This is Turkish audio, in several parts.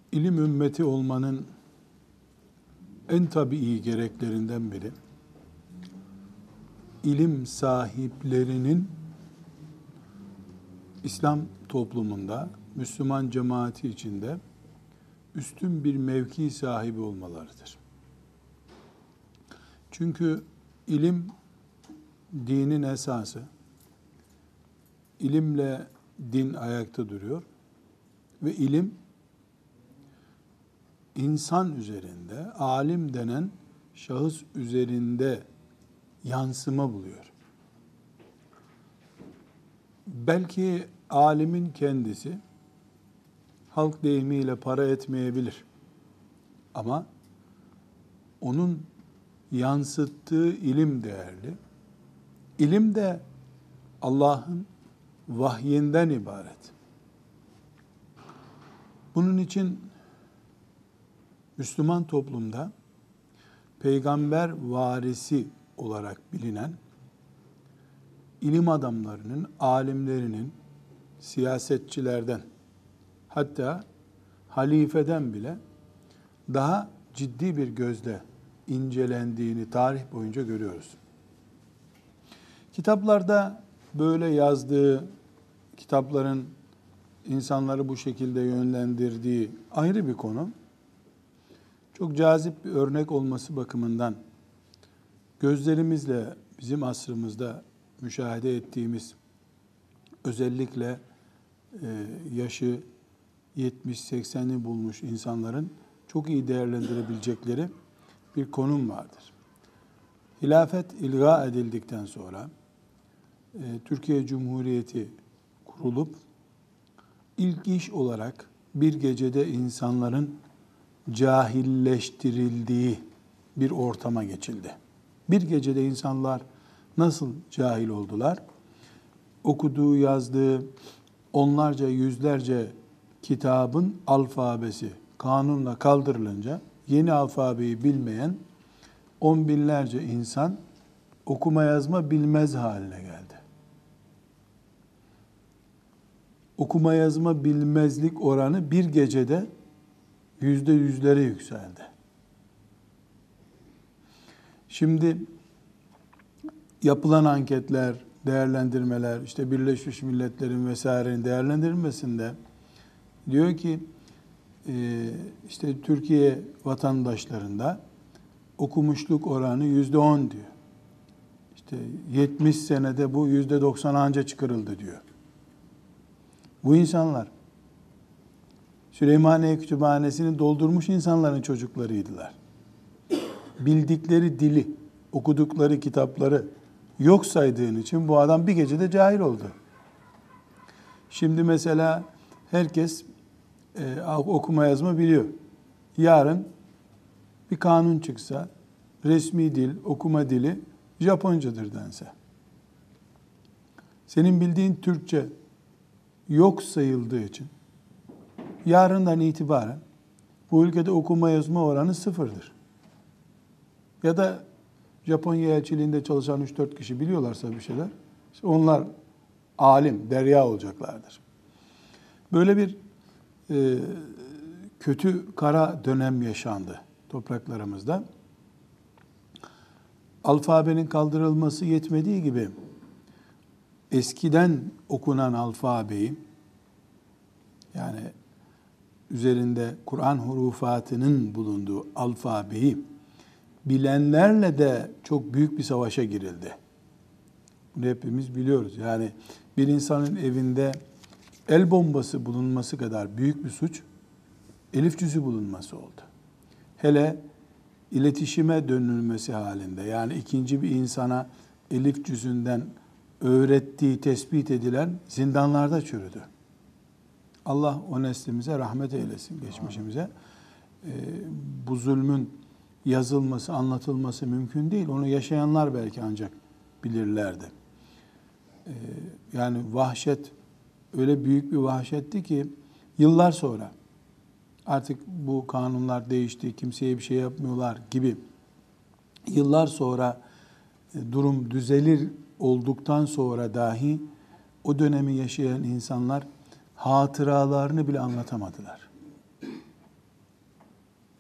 İlim ümmeti olmanın en tabii gereklerinden biri, ilim sahiplerinin İslam toplumunda, Müslüman cemaati içinde üstün bir mevki sahibi olmalarıdır. Çünkü ilim dinin esası. İlimle din ayakta duruyor ve ilim insan üzerinde, alim denen şahıs üzerinde yansıma buluyor. Belki alimin kendisi halk deyimiyle para etmeyebilir. Ama onun yansıttığı ilim değerli. İlim de Allah'ın vahyinden ibaret. Bunun için Müslüman toplumda peygamber varisi olarak bilinen ilim adamlarının, alimlerinin, siyasetçilerden, hatta halifeden bile daha ciddi bir gözle incelendiğini tarih boyunca görüyoruz. Kitaplarda böyle yazdığı, kitapların insanları bu şekilde yönlendirdiği ayrı bir konu. Çok cazip bir örnek olması bakımından gözlerimizle bizim asrımızda müşahede ettiğimiz, özellikle yaşı 70-80'i bulmuş insanların çok iyi değerlendirebilecekleri bir konum vardır. Hilafet ilga edildikten sonra Türkiye Cumhuriyeti kurulup ilk iş olarak bir gecede insanların cahilleştirildiği bir ortama geçildi. Bir gecede insanlar nasıl cahil oldular? Okuduğu, yazdığı onlarca, yüzlerce kitabın alfabesi kanunla kaldırılınca yeni alfabeyi bilmeyen on binlerce insan okuma yazma bilmez haline geldi. Okuma yazma bilmezlik oranı bir gecede %100'lere yükseldi. Şimdi yapılan anketler, değerlendirmeler, işte Birleşmiş Milletler'in vesairenin değerlendirilmesinde diyor ki işte Türkiye vatandaşlarında okumuşluk oranı %10 diyor. İşte 70 senede bu %90 anca çıkarıldı diyor. Bu insanlar Süleymaniye Kütüphanesi'ni doldurmuş insanların çocuklarıydılar. Bildikleri dili, okudukları kitapları yok saydığın için bu adam bir gecede cahil oldu. Şimdi mesela herkes okuma yazma biliyor. Yarın bir kanun çıksa, resmi dil, okuma dili Japoncadır dense. Senin bildiğin Türkçe yok sayıldığı için yarından itibaren bu ülkede okuma yazma oranı sıfırdır. Ya da Japonya elçiliğinde çalışan 3-4 kişi biliyorlarsa bir şeyler, işte onlar alim, derya olacaklardır. Böyle bir kötü kara dönem yaşandı topraklarımızda. Alfabenin kaldırılması yetmediği gibi eskiden okunan alfabeyi, yani üzerinde Kur'an hurufatının bulunduğu alfabeyi bilenlerle de çok büyük bir savaşa girildi. Bunu hepimiz biliyoruz. Yani bir insanın evinde el bombası bulunması kadar büyük bir suç, elif cüzü bulunması oldu. Hele iletişime dönülmesi halinde, yani ikinci bir insana elif cüzünden öğrettiği tespit edilen zindanlarda çürüdü. Allah o neslimize rahmet eylesin, geçmişimize. Bu zulmün yazılması, anlatılması mümkün değil. Onu yaşayanlar belki ancak bilirlerdi. Yani vahşet öyle büyük bir vahşetti ki yıllar sonra artık bu kanunlar değişti, kimseye bir şey yapmıyorlar gibi yıllar sonra durum düzelir olduktan sonra dahi o dönemi yaşayan insanlar hatıralarını bile anlatamadılar.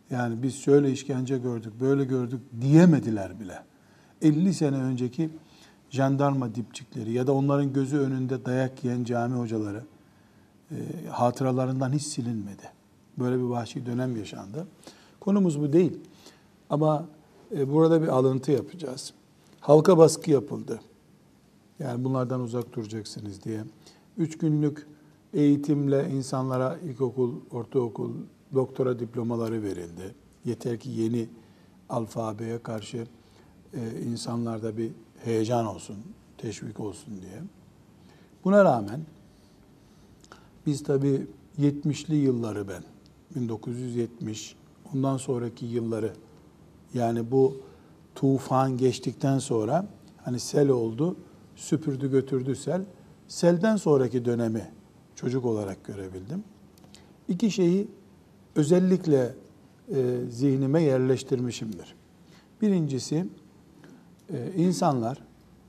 Yani biz şöyle işkence gördük, böyle gördük diyemediler bile. 50 sene önceki jandarma dipçikleri ya da onların gözü önünde dayak yiyen cami hocaları hatıralarından hiç silinmedi. Böyle bir vahşi dönem yaşandı. Konumuz bu değil. Ama burada bir alıntı yapacağız. Halka baskı yapıldı. Yani bunlardan uzak duracaksınız diye. 3 günlük eğitimle insanlara ilkokul, ortaokul, doktora diplomaları verildi. Yeter ki yeni alfabeye karşı insanlarda bir heyecan olsun, teşvik olsun diye. Buna rağmen biz tabii 70'li yılları 1970, ondan sonraki yılları, yani bu tufan geçtikten sonra hani sel oldu, süpürdü götürdü sel. Selden sonraki dönemi çocuk olarak görebildim. İki şeyi özellikle zihnime yerleştirmişimdir. Birincisi, insanlar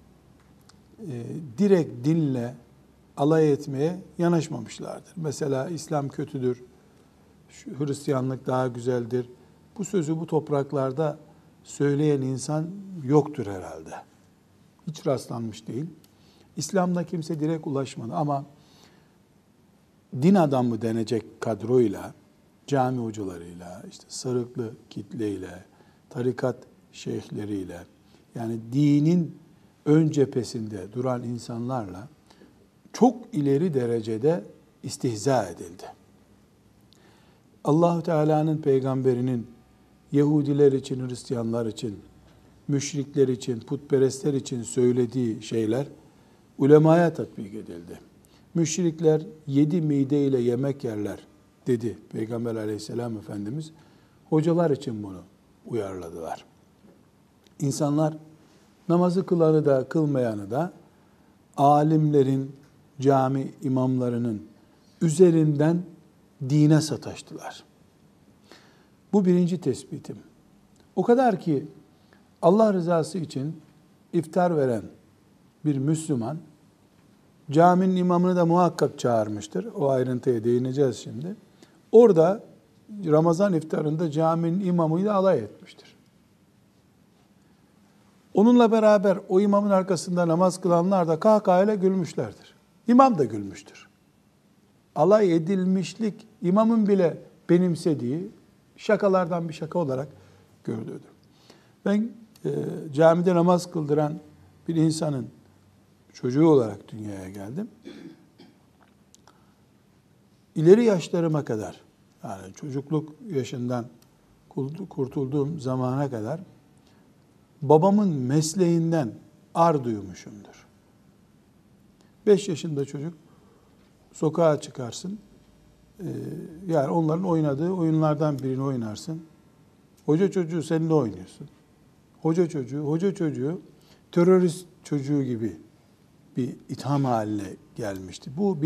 direkt dinle alay etmeye yanaşmamışlardır. Mesela İslam kötüdür, Hristiyanlık daha güzeldir. Bu sözü bu topraklarda söyleyen insan yoktur herhalde. Hiç rastlanmış değil. İslam'da kimse direkt ulaşmadı ama din adamı denecek kadroyla, cami hocalarıyla, işte sarıklı kitleyle, tarikat şeyhleriyle, yani dinin ön cephesinde duran insanlarla çok ileri derecede istihza edildi. Allah-u Teala'nın peygamberinin Yahudiler için, Hristiyanlar için, müşrikler için, putperestler için söylediği şeyler ulemaya tatbik edildi. Müşrikler 7 mide ile yemek yerler dedi Peygamber aleyhisselam Efendimiz. Hocalar için bunu uyarladılar. İnsanlar namazı kılanı da kılmayanı da alimlerin, cami imamlarının üzerinden dine sataştılar. Bu birinci tespitim. O kadar ki Allah rızası için iftar veren bir Müslüman, caminin imamını da muhakkak çağırmıştır. O ayrıntıya değineceğiz şimdi. Orada Ramazan iftarında caminin imamıyla alay etmiştir. Onunla beraber o imamın arkasında namaz kılanlar da kahkahayla gülmüşlerdir. İmam da gülmüştür. Alay edilmişlik imamın bile benimsediği şakalardan bir şaka olarak görülüyordu. Ben camide namaz kıldıran bir insanın çocuğu olarak dünyaya geldim. İleri yaşlarıma kadar, yani çocukluk yaşından kurtulduğum zamana kadar babamın mesleğinden ar duymuşumdur. 5 yaşında çocuk sokağa çıkarsın, yani onların oynadığı oyunlardan birini oynarsın. Hoca çocuğu seninle oynuyorsun. Hoca çocuğu terörist çocuğu gibi bir itham haline gelmişti. Bu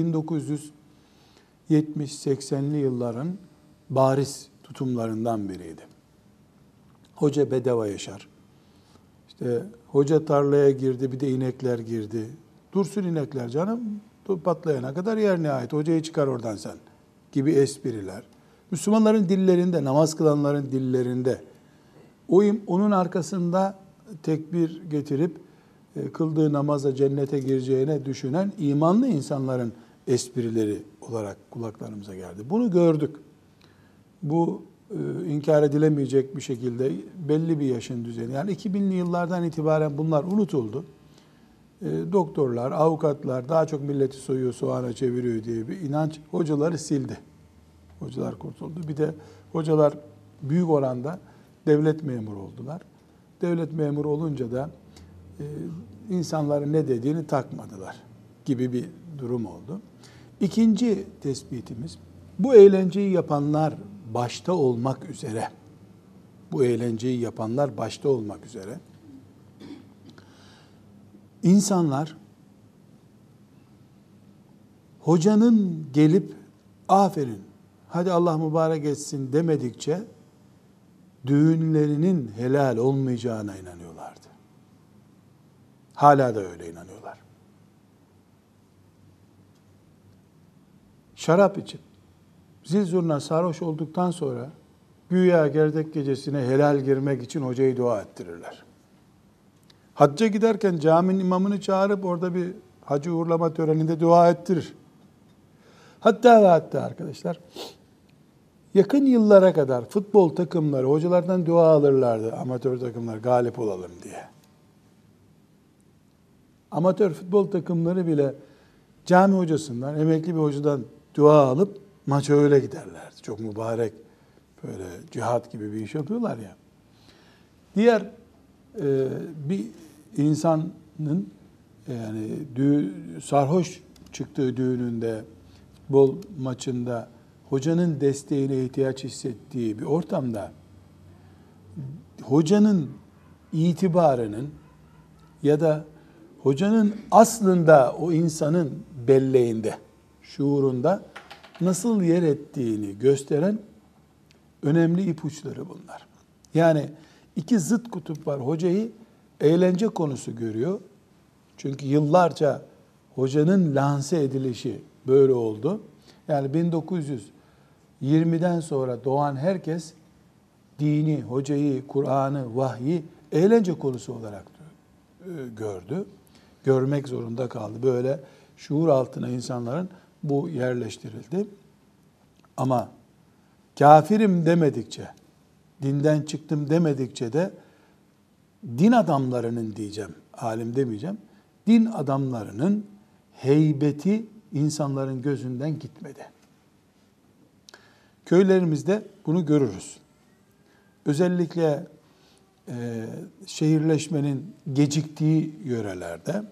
1970-80'li yılların bariz tutumlarından biriydi. Hoca bedava yaşar. İşte hoca tarlaya girdi, bir de inekler girdi. Dursun inekler canım, patlayana kadar yer nihayet. Hocayı çıkar oradan sen gibi espriler. Müslümanların dillerinde, namaz kılanların dillerinde, onun arkasında tekbir getirip kıldığı namaza cennete gireceğine düşünen imanlı insanların esprileri olarak kulaklarımıza geldi. Bunu gördük. Bu inkar edilemeyecek bir şekilde belli bir yaşın düzeni. Yani 2000'li yıllardan itibaren bunlar unutuldu. Doktorlar, avukatlar daha çok milleti soyuyor, soğana çeviriyor diye bir inanç hocaları sildi. Hocalar kurtuldu. Bir de hocalar büyük oranda devlet memuru oldular. Devlet memuru olunca da insanların ne dediğini takmadılar gibi bir durum oldu. İkinci tespitimiz, bu eğlenceyi yapanlar başta olmak üzere, insanlar hocanın gelip aferin, hadi Allah mübarek etsin demedikçe düğünlerinin helal olmayacağına inanıyorlardı. Hala da öyle inanıyorlar. Şarap içip zil zurna sarhoş olduktan sonra Güya gerdek gecesine helal girmek için hocayı dua ettirirler. Hacca giderken caminin imamını çağırıp orada bir hacı uğurlama töreninde dua ettirir. Hatta ve hatta arkadaşlar, yakın yıllara kadar futbol takımları hocalardan dua alırlardı, amatör takımlar galip olalım diye. Amatör futbol takımları bile cami hocasından, emekli bir hocadan dua alıp maça öyle giderlerdi. Çok mübarek, böyle cihat gibi bir iş yapıyorlar ya. Diğer bir insanın yani sarhoş çıktığı düğününde, futbol maçında hocanın desteğine ihtiyaç hissettiği bir ortamda hocanın itibarının ya da hocanın aslında o insanın belleğinde, şuurunda nasıl yer ettiğini gösteren önemli ipuçları bunlar. Yani iki zıt kutup var. Hocayı eğlence konusu görüyor. Çünkü yıllarca hocanın lanse edilişi böyle oldu. Yani 1920'den sonra doğan herkes dini, hocayı, Kur'an'ı, vahyi eğlence konusu olarak gördü. Görmek zorunda kaldı. Böyle şuur altına insanların bu yerleştirildi. Ama kafirim demedikçe, dinden çıktım demedikçe de din adamlarının diyeceğim, alim demeyeceğim, din adamlarının heybeti insanların gözünden gitmedi. Köylerimizde bunu görürüz. Özellikle şehirleşmenin geciktiği yörelerde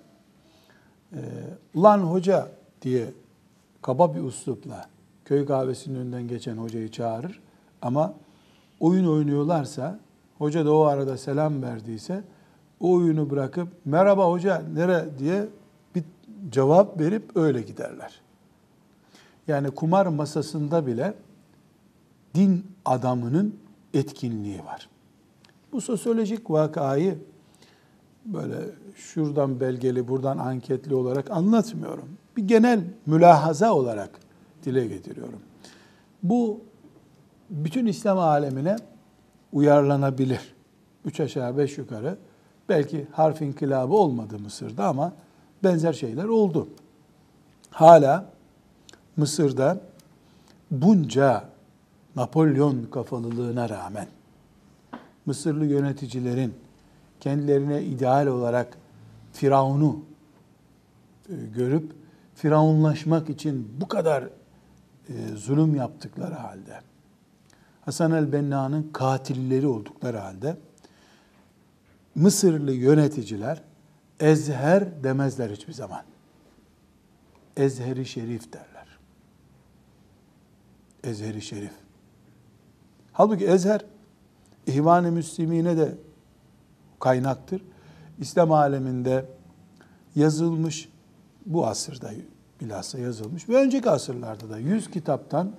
ulan hoca diye kaba bir üslupla köy kahvesinin önünden geçen hocayı çağırır ama oyun oynuyorlarsa, hoca da o arada selam verdiyse o oyunu bırakıp merhaba hoca nere diye bir cevap verip öyle giderler. Yani kumar masasında bile din adamının etkinliği var. Bu sosyolojik vakayı böyle şuradan belgeli, buradan anketli olarak anlatmıyorum. Bir genel mülahaza olarak dile getiriyorum. Bu bütün İslam alemine uyarlanabilir. 3 aşağı 5 yukarı. Belki harf inkılabı olmadı Mısır'da ama benzer şeyler oldu. Hala Mısır'da bunca Napolyon kafalılığına rağmen Mısırlı yöneticilerin kendilerine ideal olarak Firavun'u görüp Firavunlaşmak için bu kadar zulüm yaptıkları halde, Hasan el-Benna'nın katilleri oldukları halde Mısırlı yöneticiler Ezher demezler hiçbir zaman. Ezher-i Şerif derler. Ezher-i Şerif. Halbuki Ezher, İhvan-ı Müslimine de kaynaktır. İslam aleminde yazılmış, bu asırda bilhassa yazılmış ve önceki asırlarda da 100 kitaptan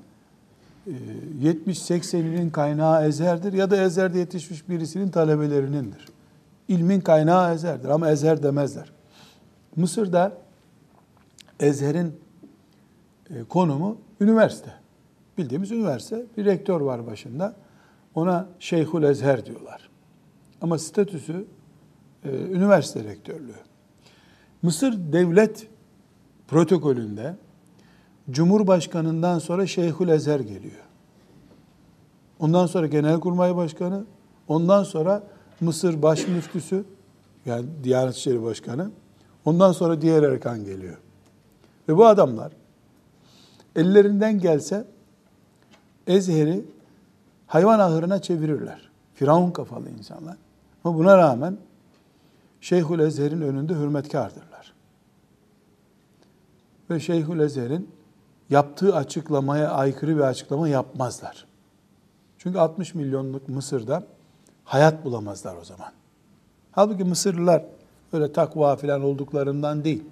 70-80'inin kaynağı Ezher'dir ya da Ezher'de yetişmiş birisinin talebelerinindir. İlmin kaynağı Ezher'dir ama Ezher demezler. Mısır'da Ezher'in konumu üniversite. Bildiğimiz üniversite. Bir rektör var başında. Ona Şeyhül Ezher diyorlar. Ama statüsü üniversite rektörlüğü. Mısır devlet protokolünde Cumhurbaşkanından sonra Şeyhül Ezher geliyor. Ondan sonra Genelkurmay Başkanı, ondan sonra Mısır Baş Müftüsü, yani Diyanet İşleri Başkanı, ondan sonra diğer erkan geliyor. Ve bu adamlar ellerinden gelse Ezher'i hayvan ahırına çevirirler. Firavun kafalı insanlar. Ama buna rağmen Şeyhül Ezher'in önünde hürmetkârdırlar. Ve Şeyhül Ezher'in yaptığı açıklamaya aykırı bir açıklama yapmazlar. Çünkü 60 milyonluk Mısır'da hayat bulamazlar o zaman. Halbuki Mısırlılar öyle takva filan olduklarından değil.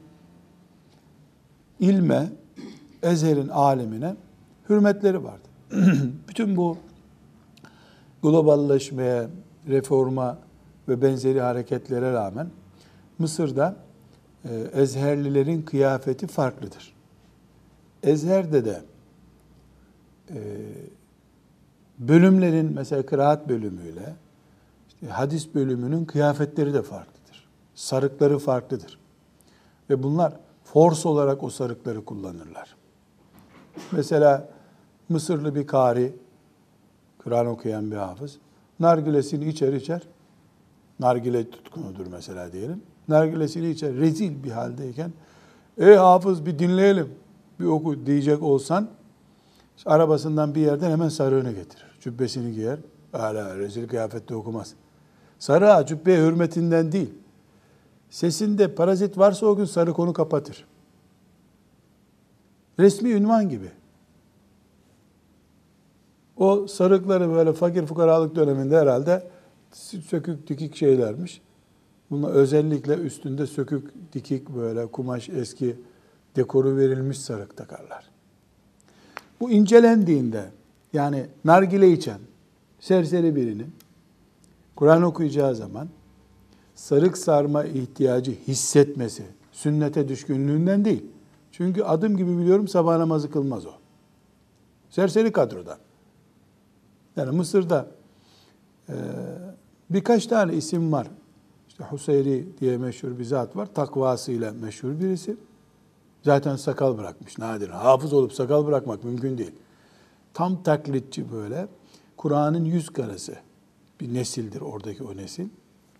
İlme, Ezher'in alemine hürmetleri vardı. Bütün bu globalleşmeye, reforma ve benzeri hareketlere rağmen Mısır'da Ezherlilerin kıyafeti farklıdır. Ezher'de de bölümlerin mesela kıraat bölümüyle işte hadis bölümünün kıyafetleri de farklıdır. Sarıkları farklıdır. Ve bunlar force olarak o sarıkları kullanırlar. Mesela Mısırlı bir kari, Kur'an okuyan bir hafız, nargilesini içer, nargile tutkunudur mesela diyelim. Nargilesini içer, rezil bir haldeyken, ey hafız bir dinleyelim, bir oku diyecek olsan, işte arabasından bir yerden hemen sarığını getirir. Cübbesini giyer, hala rezil kıyafette okumaz. Sarığa, cübbeye hürmetinden değil, sesinde parazit varsa o gün sarık onu kapatır. Resmi ünvan gibi. O sarıkları böyle fakir fukaralık döneminde herhalde sökük dikik şeylermiş. Bunlar özellikle üstünde sökük dikik böyle kumaş eski dekoru verilmiş sarık takarlar. Bu incelendiğinde yani nargile içen serseri birinin Kur'an okuyacağı zaman sarık sarma ihtiyacı hissetmesi sünnete düşkünlüğünden değil. Çünkü adım gibi biliyorum sabah namazı kılmaz o. Serseri kadrodan. Yani Mısır'da birkaç tane isim var. İşte Huseyri diye meşhur bir zat var. Takvasıyla meşhur birisi. Zaten sakal bırakmış. Nadir. Hafız olup sakal bırakmak mümkün değil. Tam taklitçi böyle. Kur'an'ın 100 karası bir nesildir oradaki o nesil.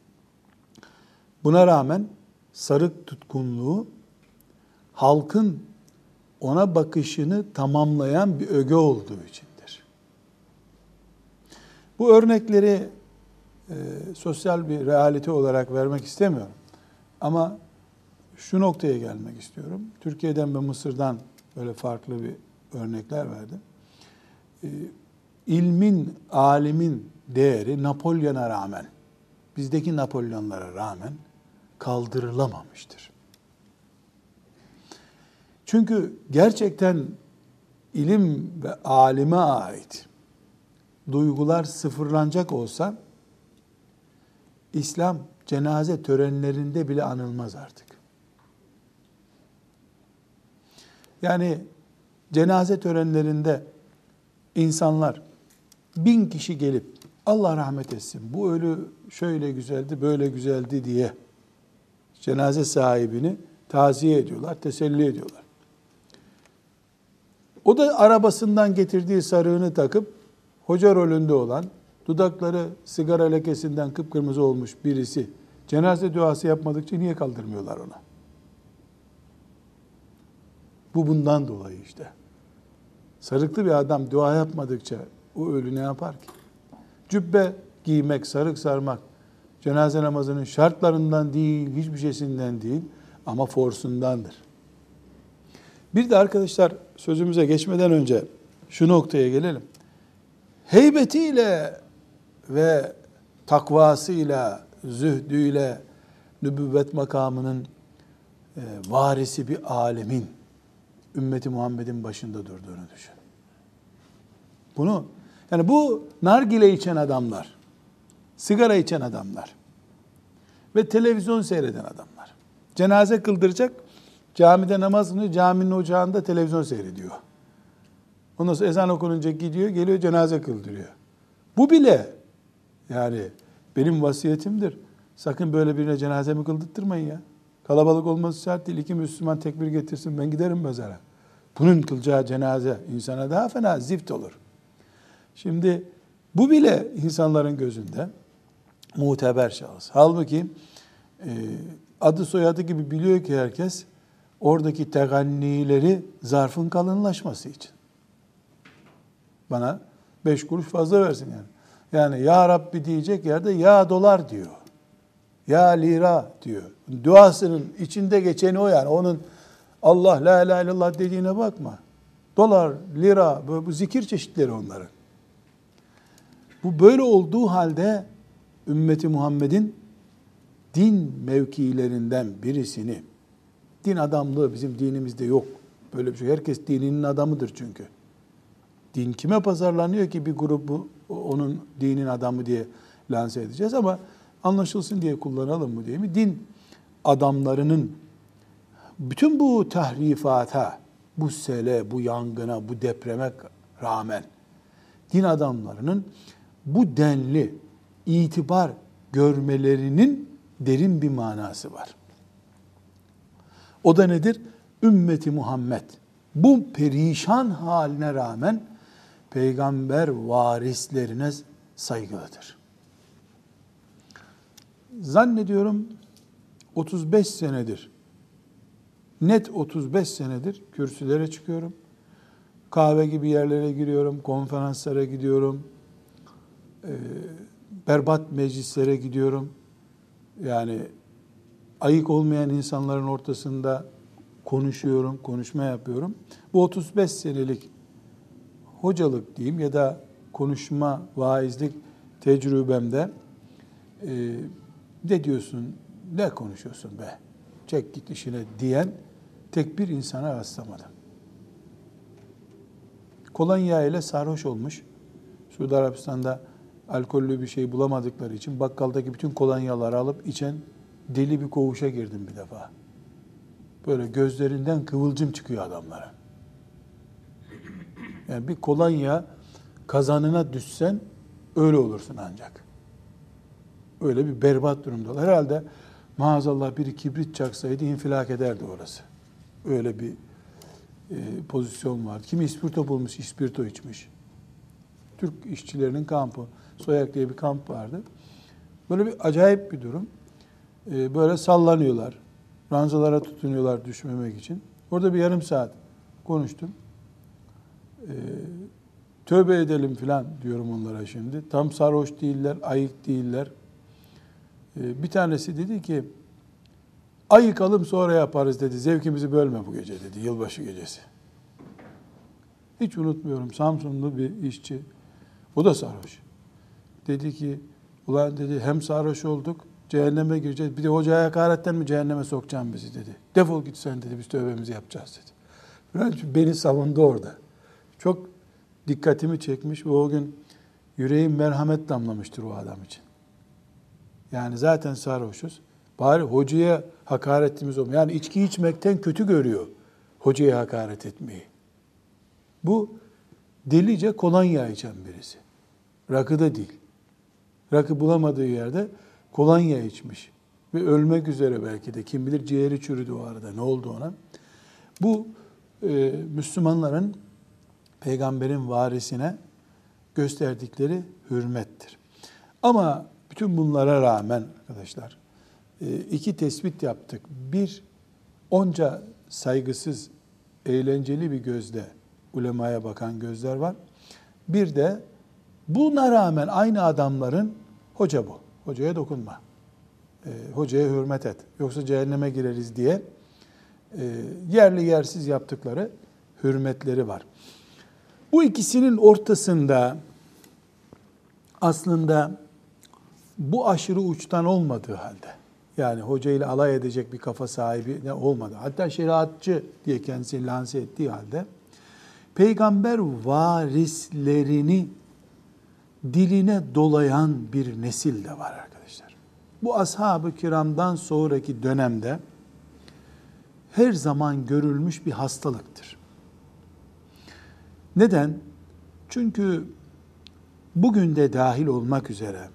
Buna rağmen sarık tutkunluğu halkın ona bakışını tamamlayan bir öge olduğu içindir. Bu örnekleri sosyal bir realite olarak vermek istemiyorum. Ama şu noktaya gelmek istiyorum. Türkiye'den ve Mısır'dan böyle farklı bir örnekler verdim. İlmin, alimin değeri Napolyon'a rağmen, bizdeki Napolyonlara rağmen kaldırılamamıştır. Çünkü gerçekten ilim ve alime ait duygular sıfırlanacak olsa İslam cenaze törenlerinde bile anılmaz artık. Yani cenaze törenlerinde insanlar 1000 kişi gelip Allah rahmet etsin bu ölü şöyle güzeldi böyle güzeldi diye cenaze sahibini taziye ediyorlar, teselli ediyorlar. O da arabasından getirdiği sarığını takıp hoca rolünde olan, dudakları sigara lekesinden kıpkırmızı olmuş birisi cenaze duası yapmadıkça niye kaldırmıyorlar ona? Bu bundan dolayı işte. Sarıklı bir adam dua yapmadıkça o ölü ne yapar ki? Cübbe giymek, sarık sarmak cenaze namazının şartlarından değil, hiçbir şeysinden değil ama forsundandır. Bir de arkadaşlar sözümüze geçmeden önce şu noktaya gelelim. Heybetiyle ve takvasıyla, zühdüyle nübüvvet makamının varisi bir alemin ümmeti Muhammed'in başında durduğunu düşün. Bunu yani bu nargile içen adamlar, sigara içen adamlar ve televizyon seyreden adamlar. Cenaze kıldıracak, camide namaz kılıyor, caminin ocağında televizyon seyrediyor. Ondan sonra ezan okununca gidiyor, geliyor cenaze kıldırıyor. Bu bile yani benim vasiyetimdir. Sakın böyle birine cenazemi kıldırtmayın ya. Kalabalık olması şart değil. 2 Müslüman tekbir getirsin ben giderim mezara. Bunun kılacağı cenaze insana daha fena zift olur. Şimdi bu bile insanların gözünde muteber şahıs. Halbuki adı soyadı gibi biliyor ki herkes oradaki tegannileri zarfın kalınlaşması için. Bana 5 kuruş fazla versin yani. Yani ya Rabbi diyecek yerde ya dolar diyor. Ya lira diyor. Duasının içinde geçeni o yani. Onun Allah la ilahe illallah dediğine bakma. Dolar, lira, bu zikir çeşitleri onların. Bu böyle olduğu halde ümmeti Muhammed'in din mevkilerinden birisini, din adamlığı bizim dinimizde yok. Böyle bir şey. Herkes dininin adamıdır çünkü. Din kime pazarlanıyor ki bir grubu onun dinin adamı diye lanse edeceğiz ama anlaşılsın diye kullanalım mı diye mi? Din adamlarının bütün bu tahrifata, bu sele, bu yangına, bu depreme rağmen din adamlarının bu denli itibar görmelerinin derin bir manası var. O da nedir? Ümmeti Muhammed bu perişan haline rağmen peygamber varislerine saygılıdır. Zannediyorum 35 senedir, net 35 senedir kürsülere çıkıyorum. Kahve gibi yerlere giriyorum, konferanslara gidiyorum, berbat meclislere gidiyorum. Yani ayık olmayan insanların ortasında konuşuyorum, konuşma yapıyorum. Bu 35 senelik hocalık diyeyim ya da konuşma, vaizlik tecrübemde ne diyorsun, ne konuşuyorsun be, çek git işine diyen tek bir insana rastlamadım. Kolonya ile sarhoş olmuş. Suudi Arabistan'da alkollü bir şey bulamadıkları için bakkaldaki bütün kolonyaları alıp içen deli bir koğuşa girdim bir defa. Böyle gözlerinden kıvılcım çıkıyor adamlara. Yani bir kolonya kazanına düşsen öyle olursun ancak. Öyle bir berbat durumdalar. Herhalde maazallah biri kibrit çaksaydı infilak ederdi orası. Öyle bir pozisyon vardı. Kimi ispirto bulmuş, ispirto içmiş. Türk işçilerinin kampı, Soyak diye bir kamp vardı. Böyle bir acayip bir durum. Böyle sallanıyorlar. Ranzalara tutunuyorlar düşmemek için. Orada bir yarım saat konuştum. Tövbe edelim filan diyorum onlara şimdi. Tam sarhoş değiller, ayık değiller. Bir tanesi dedi ki, ayıkalım sonra yaparız dedi. Zevkimizi bölme bu gece dedi. Yılbaşı gecesi. Hiç unutmuyorum. Samsunlu bir işçi. O da sarhoş. Dedi ki, ulan dedi hem sarhoş olduk, cehenneme gireceğiz. Bir de hocaya hakaretten mi cehenneme sokacağım bizi dedi. Defol git sen dedi, biz tövbemizi yapacağız dedi. Beni savundu orada. Çok dikkatimi çekmiş ve o gün yüreğim merhamet damlamıştır o adam için. Yani zaten sarhoşuz. Bari hocaya hakaretimiz olmuyor. Yani içki içmekten kötü görüyor hocaya hakaret etmeyi. Bu delice kolonya içen birisi. Rakı da değil. Rakı bulamadığı yerde kolonya içmiş. Ve ölmek üzere belki de. Kim bilir ciğeri çürüdü o arada. Ne oldu ona? Bu Müslümanların peygamberin varisine gösterdikleri hürmettir. Ama bütün bunlara rağmen arkadaşlar iki tespit yaptık. Bir, onca saygısız, eğlenceli bir gözle ulemaya bakan gözler var. Bir de buna rağmen aynı adamların hoca bu, hocaya dokunma, hocaya hürmet et, yoksa cehenneme gireriz diye yerli yersiz yaptıkları hürmetleri var. Bu ikisinin ortasında aslında bu aşırı uçtan olmadığı halde, yani hoca ile alay edecek bir kafa sahibi ne olmadı. Hatta şeriatçı diye kendisini lanse ettiği halde peygamber varislerini diline dolayan bir nesil de var arkadaşlar. Bu ashab-ı kiramdan sonraki dönemde her zaman görülmüş bir hastalıktır. Neden? Çünkü bugün de dahil olmak üzere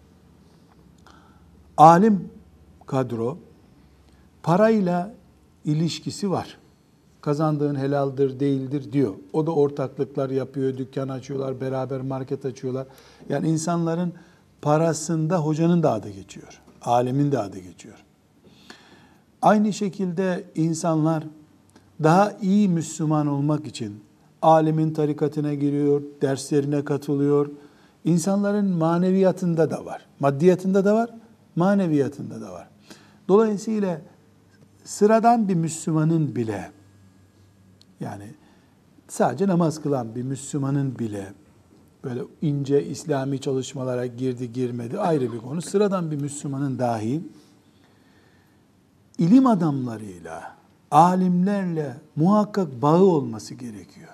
alim kadro parayla ilişkisi var. Kazandığın helaldir, değildir diyor. O da ortaklıklar yapıyor, dükkan açıyorlar, beraber market açıyorlar. Yani insanların parasında hocanın da adı geçiyor. Alimin de adı geçiyor. Aynı şekilde insanlar daha iyi Müslüman olmak için alimin tarikatına giriyor, derslerine katılıyor. İnsanların maneviyatında da var. Maddiyatında da var, maneviyatında da var. Dolayısıyla sıradan bir Müslümanın bile, yani sadece namaz kılan bir Müslümanın bile böyle ince İslami çalışmalara girdi girmedi ayrı bir konu. Sıradan bir Müslümanın dahi ilim adamlarıyla, alimlerle muhakkak bağı olması gerekiyor.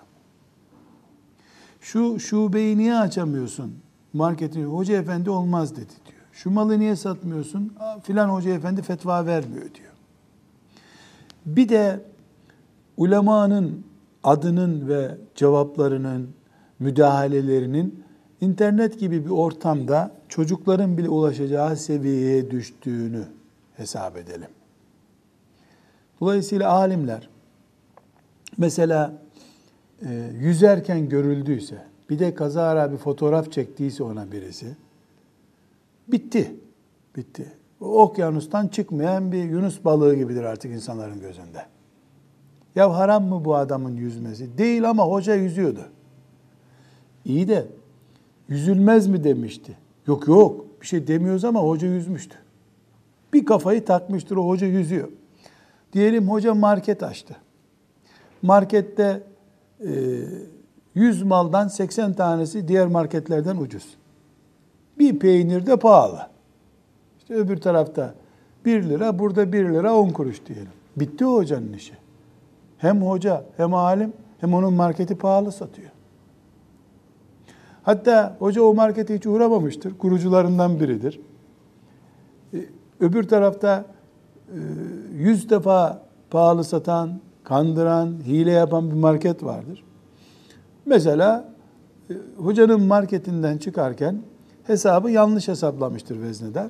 Şu şubeyi niye açamıyorsun? Marketin hoca efendi olmaz dedi diyor. Şu malı niye satmıyorsun? Filan hoca efendi fetva vermiyor diyor. Bir de ulemanın adının ve cevaplarının müdahalelerinin internet gibi bir ortamda çocukların bile ulaşacağı seviyeye düştüğünü hesap edelim. Dolayısıyla alimler mesela yüzerken görüldüyse, bir de kazara bir fotoğraf çektiyse ona birisi, bitti. Bitti. O okyanustan çıkmayan bir yunus balığı gibidir artık insanların gözünde. Ya haram mı bu adamın yüzmesi? Değil ama hoca yüzüyordu. İyi de yüzülmez mi demişti. Yok yok bir şey demiyoruz ama hoca yüzmüştü. Bir kafayı takmıştır, o hoca yüzüyor. Diyelim hoca market açtı. Markette 100 maldan 80 tanesi diğer marketlerden ucuz. Bir peynir de pahalı. İşte öbür tarafta 1 lira, burada 1 lira 10 kuruş diyelim. Bitti o hocanın işi. Hem hoca hem alim hem onun marketi pahalı satıyor. Hatta hoca o markete hiç uğramamıştır. Kurucularından biridir. Öbür tarafta 100 defa pahalı satan, kandıran, hile yapan bir market vardır. Mesela hocanın marketinden çıkarken hesabı yanlış hesaplamıştır veznedar.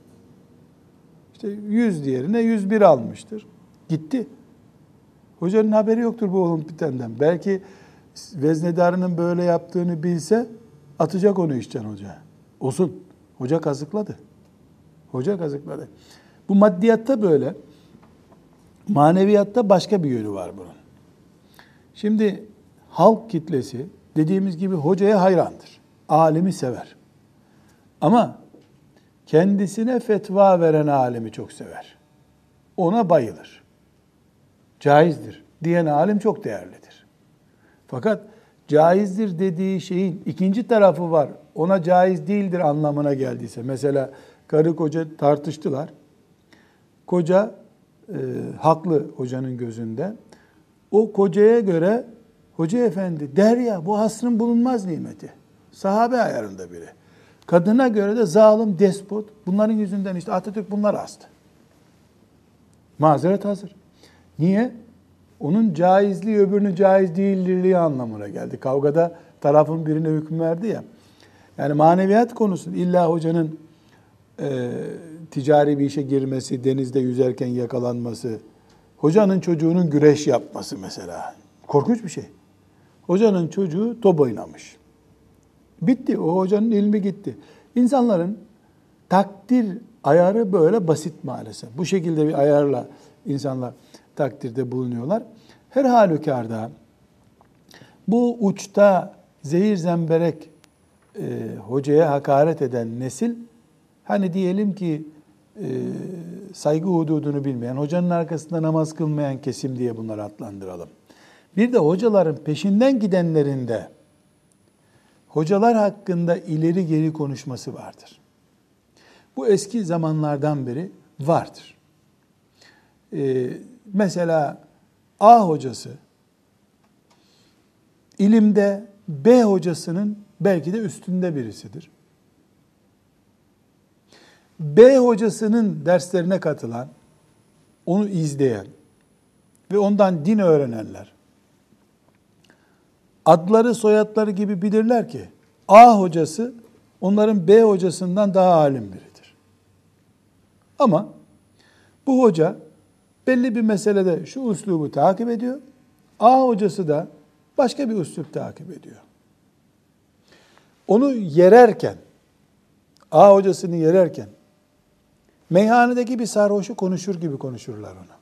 İşte 100 yerine 101 almıştır. Gitti. Hocanın haberi yoktur bu olup bitenden. Belki veznedarının böyle yaptığını bilse atacak onu işten hoca. Olsun. Hoca kazıkladı. Hoca kazıkladı. Bu maddiyatta böyle. Maneviyatta başka bir yönü var bunun. Şimdi halk kitlesi dediğimiz gibi hocaya hayrandır. Alimi sever. Ama kendisine fetva veren alimi çok sever. Ona bayılır. Caizdir diyen alim çok değerlidir. Fakat caizdir dediği şeyin ikinci tarafı var. Ona caiz değildir anlamına geldiyse. Mesela karı koca tartıştılar. Koca haklı hocanın gözünde. O kocaya göre hoca efendi der ya bu asrın bulunmaz nimeti. Sahabe ayarında biri. Kadına göre de zalim, despot. Bunların yüzünden işte Atatürk bunları astı. Mazeret hazır. Niye? Onun caizliği öbürünün caiz değilliği anlamına geldi. Kavgada tarafın birine hüküm verdi ya. Yani maneviyat konusu illa hocanın ticari bir işe girmesi, denizde yüzerken yakalanması, hocanın çocuğunun güreş yapması mesela. Korkunç bir şey. Hocanın çocuğu top oynamış. Bitti. O hocanın ilmi gitti. İnsanların takdir ayarı böyle basit maalesef. Bu şekilde bir ayarla insanlar takdirde bulunuyorlar. Her halükarda bu uçta zehir zemberek hocaya hakaret eden nesil, hani diyelim ki saygı hududunu bilmeyen, hocanın arkasında namaz kılmayan kesim diye bunları adlandıralım. Bir de hocaların peşinden gidenlerin de hocalar hakkında ileri geri konuşması vardır. Bu eski zamanlardan beri vardır. Mesela A hocası ilimde B hocasının belki de üstünde birisidir. B hocasının derslerine katılan, onu izleyen ve ondan din öğrenenler adları soyadları gibi bilirler ki A hocası onların B hocasından daha alim biridir. Ama bu hoca belli bir meselede şu üslubu takip ediyor. A hocası da başka bir üslup takip ediyor. Onu yererken, A hocasını yererken meyhanedeki bir sarhoşu konuşur gibi konuşurlar ona.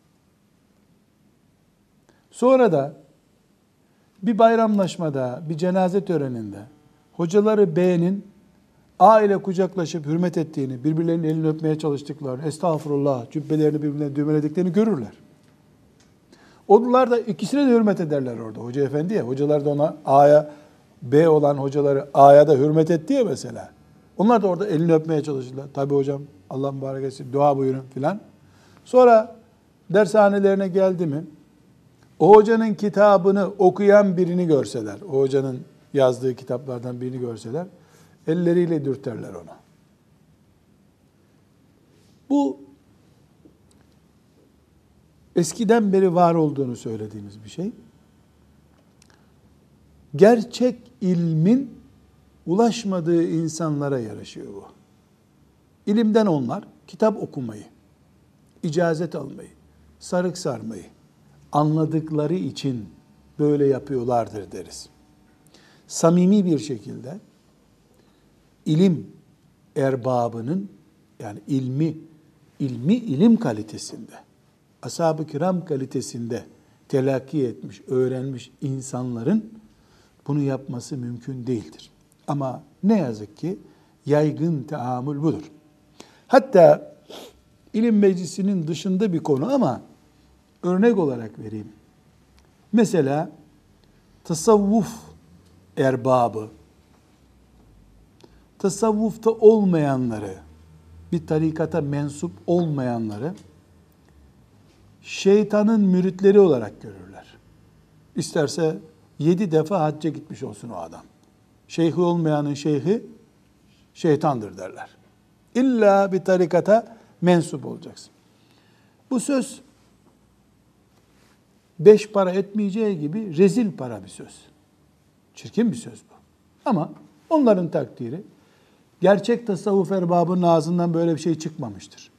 Sonra da bir bayramlaşmada, bir cenaze töreninde hocaları B'nin A ile kucaklaşıp hürmet ettiğini, birbirlerinin elini öpmeye çalıştıklarını, estağfurullah, cübbelerini birbirine düğmelediklerini görürler. Onlar da ikisine de hürmet ederler orada. Hoca efendi ya, hocalar da ona A'ya, B olan hocaları A'ya da hürmet etti ya mesela. Onlar da orada elini öpmeye çalışırlar. Tabii hocam, Allah mübarek etsin, dua buyurun filan. Sonra dershanelerine geldi mi, o hocanın kitabını okuyan birini görseler, o hocanın yazdığı kitaplardan birini görseler, elleriyle dürterler ona. Bu eskiden beri var olduğunu söylediğimiz bir şey. Gerçek ilmin ulaşmadığı insanlara yaraşıyor bu. İlimden onlar kitap okumayı, icazet almayı, sarık sarmayı anladıkları için böyle yapıyorlardır deriz. Samimi bir şekilde ilim erbabının, yani ilim kalitesinde, ashab-ı kiram kalitesinde telakki etmiş, öğrenmiş insanların bunu yapması mümkün değildir. Ama ne yazık ki yaygın teamül budur. Hatta ilim meclisinin dışında bir konu ama örnek olarak vereyim. Mesela tasavvuf erbabı, tasavvufta olmayanları, bir tarikata mensup olmayanları şeytanın müritleri olarak görürler. İsterse 7 defa hacca gitmiş olsun o adam. Şeyhi olmayanın şeyhi şeytandır derler. İlla bir tarikata mensup olacaksın. Bu söz 5 para etmeyeceği gibi rezil para bir söz. Çirkin bir söz bu. Ama onların takdiri, gerçek tasavvuf erbabının ağzından böyle bir şey çıkmamıştır.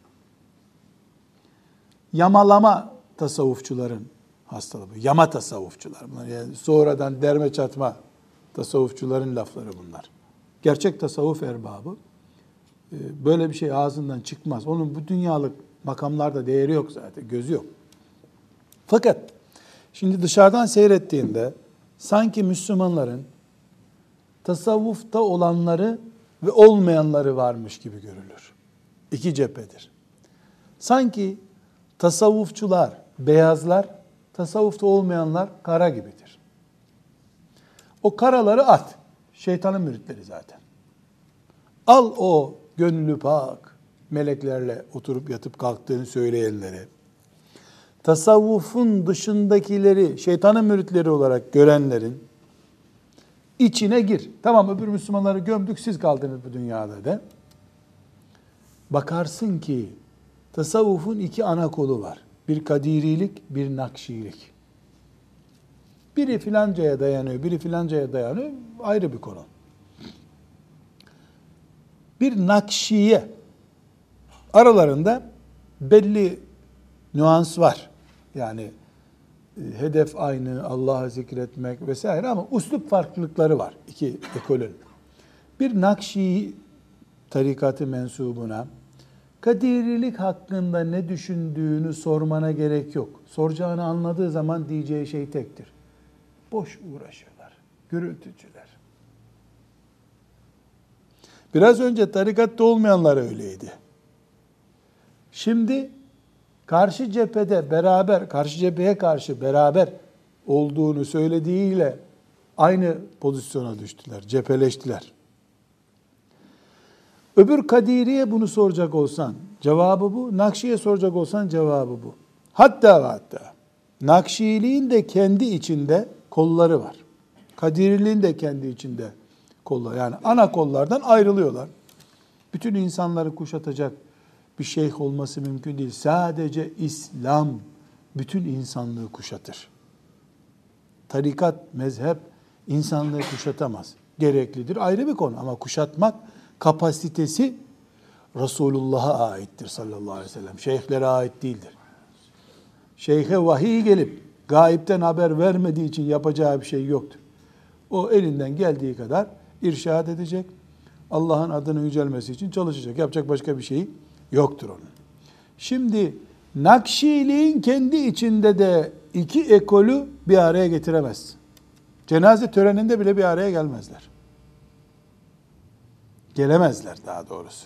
Yamalama tasavvufçuların hastalığı bu. Yama tasavvufçular. Bunlar yani sonradan derme çatma tasavvufçuların lafları bunlar. Gerçek tasavvuf erbabı böyle bir şey ağzından çıkmaz. Onun bu dünyalık makamlarda değeri yok zaten. Gözü yok. Fakat şimdi dışarıdan seyrettiğinde sanki Müslümanların tasavvufta olanları ve olmayanları varmış gibi görülür. İki cephedir. Sanki tasavvufçular beyazlar, tasavvufta olmayanlar kara gibidir. O karaları at. Şeytanın müritleri zaten. Al o gönlü pak, meleklerle oturup yatıp kalktığını söyleyenleri, tasavvufun dışındakileri şeytanın müritleri olarak görenlerin içine gir. Tamam, öbür Müslümanları gömdük, siz kaldınız bu dünyada de. Bakarsın ki tasavvufun iki ana kolu var. Bir kadirilik, bir nakşilik. Biri filancaya dayanıyor, biri filancaya dayanıyor. Ayrı bir konu. Bir nakşiye, aralarında belli nüans var. Yani hedef aynı, Allah'ı zikretmek vesaire ama üslup farklılıkları var iki ekolün. Bir Nakşi tarikatı mensubuna kadirilik hakkında ne düşündüğünü sormana gerek yok. Soracağını anladığı zaman diyeceği şey tektir. Boş uğraşıyorlar, gürültücüler. Biraz önce tarikatta olmayanlar öyleydi. Şimdi karşı cephede beraber, karşı cepheye karşı beraber olduğunu söylediğiyle aynı pozisyona düştüler, cepheleştiler. Öbür Kadiri'ye bunu soracak olsan cevabı bu, Nakşi'ye soracak olsan cevabı bu. Hatta ve hatta Nakşiliğin de kendi içinde kolları var. Kadiriliğin de kendi içinde kolları. Yani ana kollardan ayrılıyorlar. Bütün insanları kuşatacak bir şeyh olması mümkün değil. Sadece İslam bütün insanlığı kuşatır. Tarikat, mezhep insanlığı kuşatamaz. Gereklidir, ayrı bir konu ama kuşatmak kapasitesi Resulullah'a aittir sallallahu aleyhi ve sellem. Şeyhlere ait değildir. Şeyhe vahiy gelip gaipten haber vermediği için yapacağı bir şey yoktur. O elinden geldiği kadar irşad edecek. Allah'ın adının yücelmesi için çalışacak. Yapacak başka bir şey yoktur onun. Şimdi Nakşiliğin kendi içinde de iki ekolü bir araya getiremez. Cenaze töreninde bile bir araya gelmezler. Gelemezler daha doğrusu.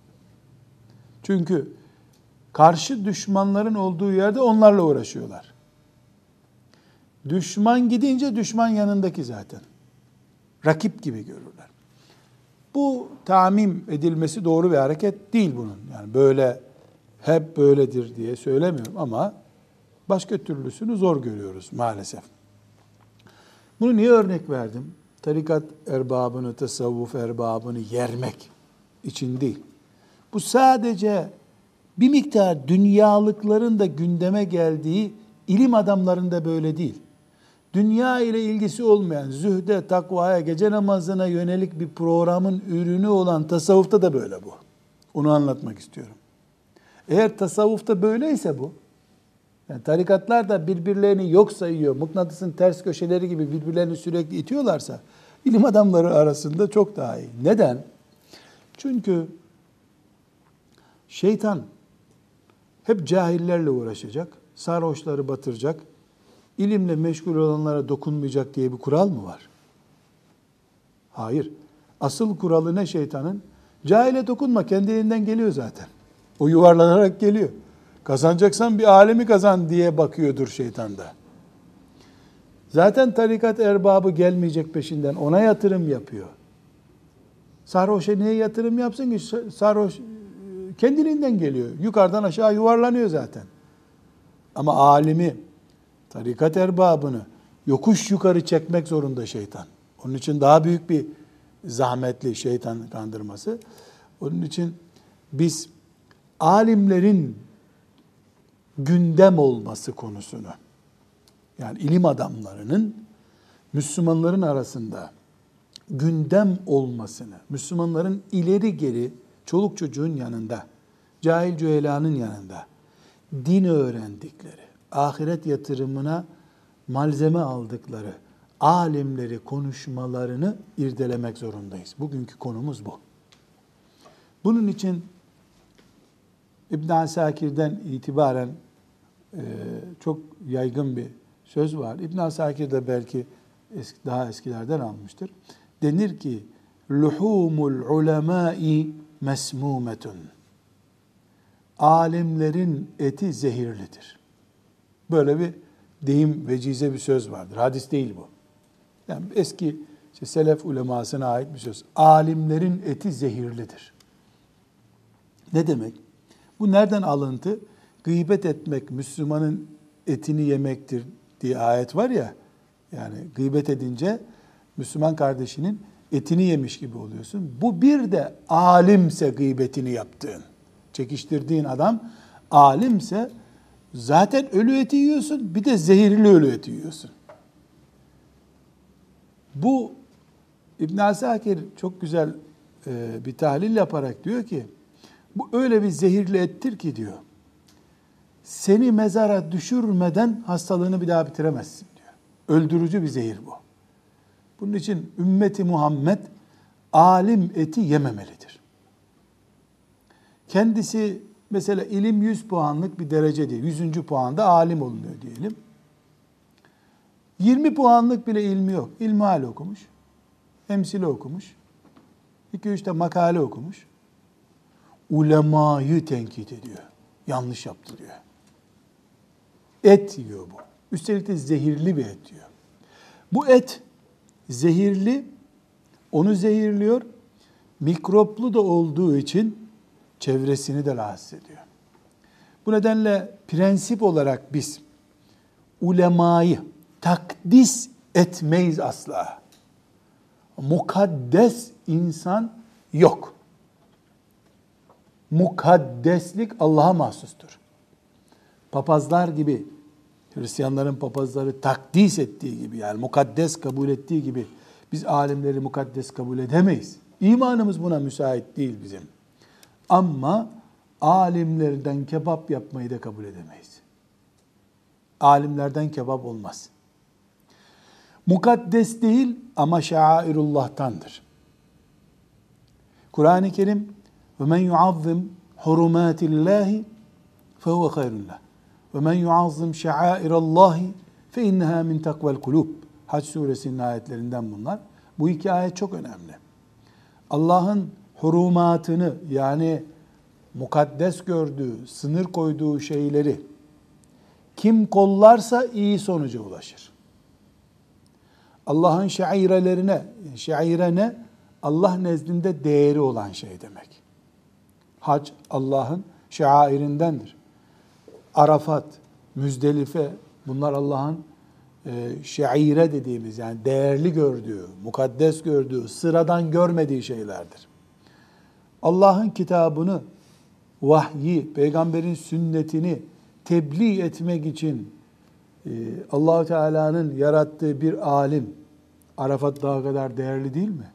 Çünkü karşı düşmanların olduğu yerde onlarla uğraşıyorlar. Düşman gidince düşman yanındaki zaten. Rakip gibi görürler. Bu tamim edilmesi doğru bir hareket değil bunun. Yani böyle hep böyledir diye söylemiyorum ama başka türlüsünü zor görüyoruz maalesef. Bunu niye örnek verdim? Tarikat erbabını, tasavvuf erbabını yermek için değil. Bu sadece bir miktar dünyalıkların da gündeme geldiği ilim adamlarında böyle değil. dünya ile ilgisi olmayan, zühde, takvaya, gece namazına yönelik bir programın ürünü olan tasavvufta da böyle bu. Onu anlatmak istiyorum. Eğer tasavvufta böyleyse bu, yani tarikatlar da birbirlerini yok sayıyor, mıknatısın ters köşeleri gibi birbirlerini sürekli itiyorlarsa, ilim adamları arasında çok daha iyi. Neden? Çünkü şeytan hep cahillerle uğraşacak, sarhoşları batıracak, ilimle meşgul olanlara dokunmayacak diye bir kural mı var? Hayır. Asıl kuralı ne şeytanın? Cahile dokunma, kendiliğinden geliyor zaten. O yuvarlanarak geliyor. Kazanacaksan bir alemi kazan diye bakıyordur şeytan da. Zaten tarikat erbabı gelmeyecek peşinden, ona yatırım yapıyor. Sarhoşa niye yatırım yapsın ki? Sarhoş kendiliğinden geliyor. Yukarıdan aşağı yuvarlanıyor zaten. Ama alimi, tarikat erbabını yokuş yukarı çekmek zorunda şeytan. Onun için daha büyük bir zahmetli şeytan kandırması. Onun için biz alimlerin gündem olması konusunu, yani ilim adamlarının Müslümanların arasında gündem olmasını, Müslümanların ileri geri çoluk çocuğun yanında, cahil cühelanın yanında din öğrendikleri, ahiret yatırımına malzeme aldıkları alimleri konuşmalarını irdelemek zorundayız. Bugünkü konumuz bu. Bunun için İbn Asakir'den itibaren çok yaygın bir söz var. İbn Asakir de belki daha eskilerden almıştır. Denir ki luhumul ulemai mesmumetun. Alimlerin eti zehirlidir. Böyle bir deyim, vecize bir söz vardır. Hadis değil bu. Yani eski selef ulemasına ait bir söz. Alimlerin eti zehirlidir. Ne demek? Bu nereden alıntı? Gıybet etmek Müslümanın etini yemektir diye ayet var ya. Yani gıybet edince Müslüman kardeşinin etini yemiş gibi oluyorsun. Bu bir de alimse gıybetini yaptığın, çekiştirdiğin adam alimse zaten ölü eti yiyorsun, bir de zehirli ölü eti yiyorsun. Bu İbn Asakir çok güzel bir tahlil yaparak diyor ki, bu öyle bir zehirli ettir ki diyor, seni mezara düşürmeden hastalığını bir daha bitiremezsin diyor. Öldürücü bir zehir bu. Bunun için ümmeti Muhammed alim eti yememelidir. Kendisi mesela ilim 100 puanlık bir derece değil. 100. puanda alim olunuyor diyelim. 20 puanlık bile ilmi yok. İlmihal okumuş. Emsile okumuş. 2-3 de makale okumuş. Ulemayı tenkit ediyor. Yanlış yaptı diyor. Et yiyor bu. Üstelik de zehirli bir et diyor. Bu et zehirli, onu zehirliyor. Mikroplu da olduğu için çevresini de rahatsız ediyor. Bu nedenle prensip olarak biz ulemayı takdis etmeyiz asla. Mukaddes insan yok. Mukaddeslik Allah'a mahsustur. Papazlar gibi, Hristiyanların papazları takdis ettiği gibi, yani mukaddes kabul ettiği gibi biz alimleri mukaddes kabul edemeyiz. İmanımız buna müsait değil bizim. Ama alimlerden kebap yapmayı da kabul edemeyiz. Alimlerden kebap olmaz. Mukaddes değil ama şairullah'tandır. Kur'an-ı Kerim وَمَنْ يُعَظِّمْ حُرُمَاتِ اللّٰهِ فَهُوَ خَيْرٌ لَهُ وَمَنْ يُعَظِّمْ شَعَائِرَ اللّٰهِ فَاِنَّهَا مِنْ تَقْوَى الْقُلُوبِ Hac suresinin ayetlerinden bunlar. Bu iki ayet çok önemli. Allah'ın hurumatını, yani mukaddes gördüğü, sınır koyduğu şeyleri kim kollarsa iyi sonuca ulaşır. Allah'ın şairelerine, şaire ne? Allah nezdinde değeri olan şey demek. Hac Allah'ın şairindendir. Arafat, Müzdelife, bunlar Allah'ın şaire dediğimiz, yani değerli gördüğü, mukaddes gördüğü, sıradan görmediği şeylerdir. Allah'ın kitabını, vahyi, peygamberin sünnetini tebliğ etmek için Allah Teala'nın yarattığı bir alim Arafat Dağı kadar değerli değil mi?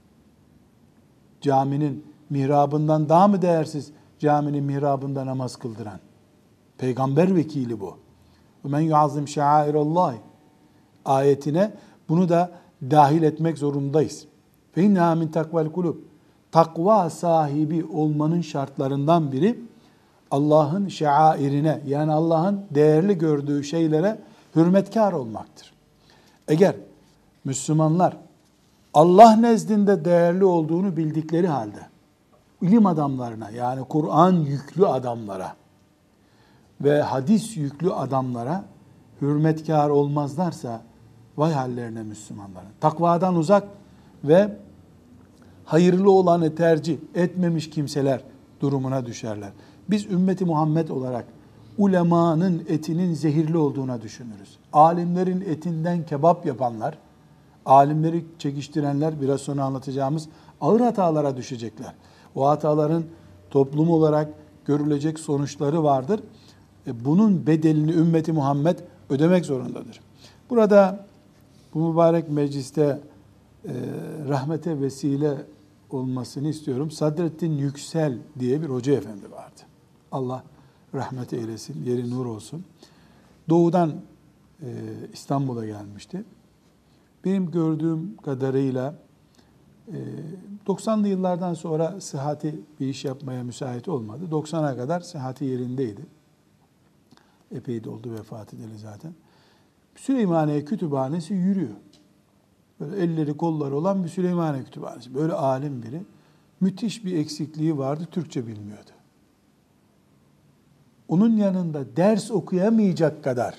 Caminin mihrabından daha mı değersiz caminin mihrabında namaz kıldıran? Peygamber vekili bu. Men yuazzim şairallah ayetine bunu da dahil etmek zorundayız. Fe inna min takval kulub. Takva sahibi olmanın şartlarından biri Allah'ın şairine, yani Allah'ın değerli gördüğü şeylere hürmetkar olmaktır. Eğer Müslümanlar Allah nezdinde değerli olduğunu bildikleri halde ilim adamlarına, yani Kur'an yüklü adamlara ve hadis yüklü adamlara hürmetkar olmazlarsa vay hallerine Müslümanların. Takvadan uzak ve hayırlı olanı tercih etmemiş kimseler durumuna düşerler. Biz ümmeti Muhammed olarak ulemanın etinin zehirli olduğuna düşünürüz. Alimlerin etinden kebap yapanlar, alimleri çekiştirenler, biraz sonra anlatacağımız ağır hatalara düşecekler. O hataların toplum olarak görülecek sonuçları vardır. Bunun bedelini ümmeti Muhammed ödemek zorundadır. Burada bu mübarek mecliste rahmete vesile olmasını istiyorum. Sadrettin Yüksel diye bir hoca efendi vardı. Allah rahmet eylesin, yeri nur olsun. Doğudan İstanbul'a gelmişti. Benim gördüğüm kadarıyla 90'lı yıllardan sonra sıhhati bir iş yapmaya müsait olmadı. 90'a kadar sıhhati yerindeydi. Epey de oldu vefat edeli zaten. Süleymaniye Kütüphanesi yürüyor. Böyle elleri kolları olan bir Süleymaniye Kütüphanesi. Böyle alim biri. Müthiş bir eksikliği vardı. Türkçe bilmiyordu. Onun yanında ders okuyamayacak kadar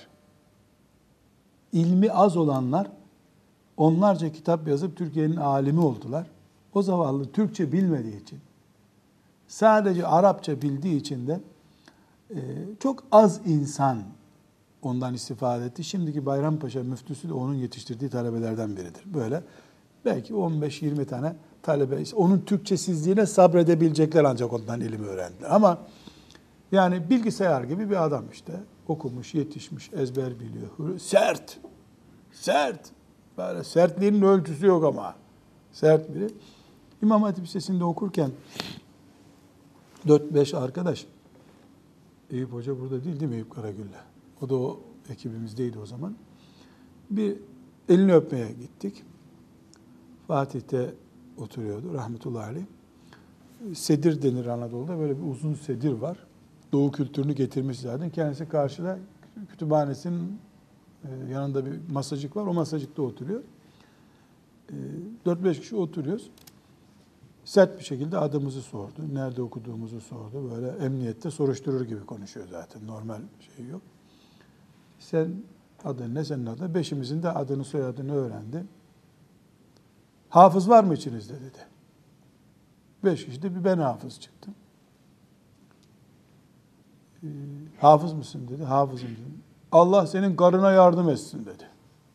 ilmi az olanlar onlarca kitap yazıp Türkiye'nin alimi oldular. O zavallı Türkçe bilmediği için, sadece Arapça bildiği için de çok az insan ondan istifade etti. Şimdiki Bayrampaşa müftüsü de onun yetiştirdiği talebelerden biridir. Böyle belki 15-20 tane talebe, onun Türkçesizliğine sabredebilecekler ancak ondan ilim öğrendiler. Ama yani bilgisayar gibi bir adam işte. Okumuş, yetişmiş, ezber biliyor. Sert. Sert. Böyle sertliğinin ölçüsü yok ama. Sert biri. İmam Hatip Lisesi'nde okurken 4-5 arkadaş, Eyüp Hoca burada değil mi, Eyüp Karagül'le? O da o ekibimizdeydi o zaman. Bir elini öpmeye gittik. Fatih'te oturuyordu rahmetullahi aleyh. Sedir denir Anadolu'da. Böyle bir uzun sedir var. Doğu kültürünü getirmiş zaten. Kendisi karşıda kütüphanesinin yanında bir masacık var. O masacıkta oturuyor. 4-5 kişi oturuyoruz. Sert bir şekilde adımızı sordu. Nerede okuduğumuzu sordu. Böyle emniyette soruşturur gibi konuşuyor zaten. Normal şey yok. Sen adın ne, senin adın? Beşimizin de adını soyadını öğrendi. Hafız var mı içinizde dedi. 5 kişide bir ben hafız çıktım. Hafız mısın dedi. Hafızım dedim. Allah senin karına yardım etsin dedi.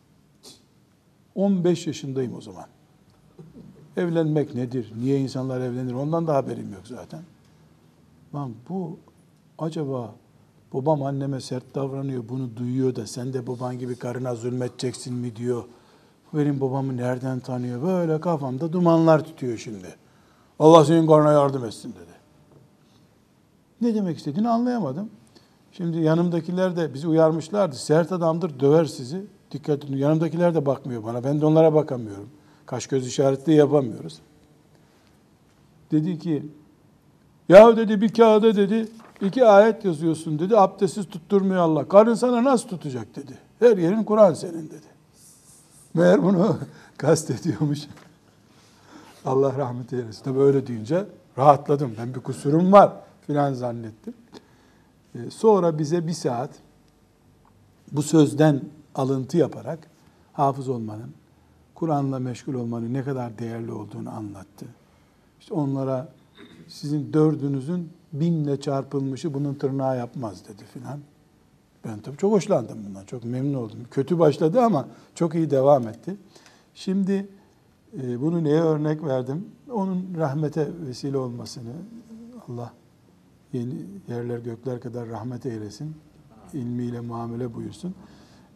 15 yaşındayım o zaman. Evlenmek nedir? Niye insanlar evlenir? Ondan da haberim yok zaten. Lan bu acaba babam anneme sert davranıyor, bunu duyuyor da sen de baban gibi karına zulmedeceksin mi diyor. Benim babamı nereden tanıyor? Böyle kafamda dumanlar tutuyor şimdi. Allah senin karına yardım etsin dedi. Ne demek istediğini anlayamadım. Şimdi yanımdakiler de bizi uyarmışlardı. Sert adamdır, döver sizi. Dikkat edin. Yanımdakiler de bakmıyor bana. Ben de onlara bakamıyorum. Kaş göz işareti yapamıyoruz. Dedi ki, ya dedi bir kağıda dedi 2 ayet yazıyorsun dedi. Abdestsiz tutturmuyor Allah. Karın sana nasıl tutacak dedi. Her yerin Kur'an senin dedi. Meğer bunu kastediyormuş. Allah rahmet eylesin. Tabii öyle deyince rahatladım. Ben bir kusurum var filan zannettim. Sonra bize 1 saat bu sözden alıntı yaparak hafız olmanın, Kur'an'la meşgul olmanın ne kadar değerli olduğunu anlattı. İşte onlara sizin 4'ünüzün 1000'le çarpılmışı bunun tırnağı yapmaz dedi filan. Ben tabii çok hoşlandım bundan, çok memnun oldum. Kötü başladı ama çok iyi devam etti. Şimdi bunu neye örnek verdim? Onun rahmete vesile olmasını, Allah yeni yerler gökler kadar rahmet eylesin, ilmiyle muamele buyursun.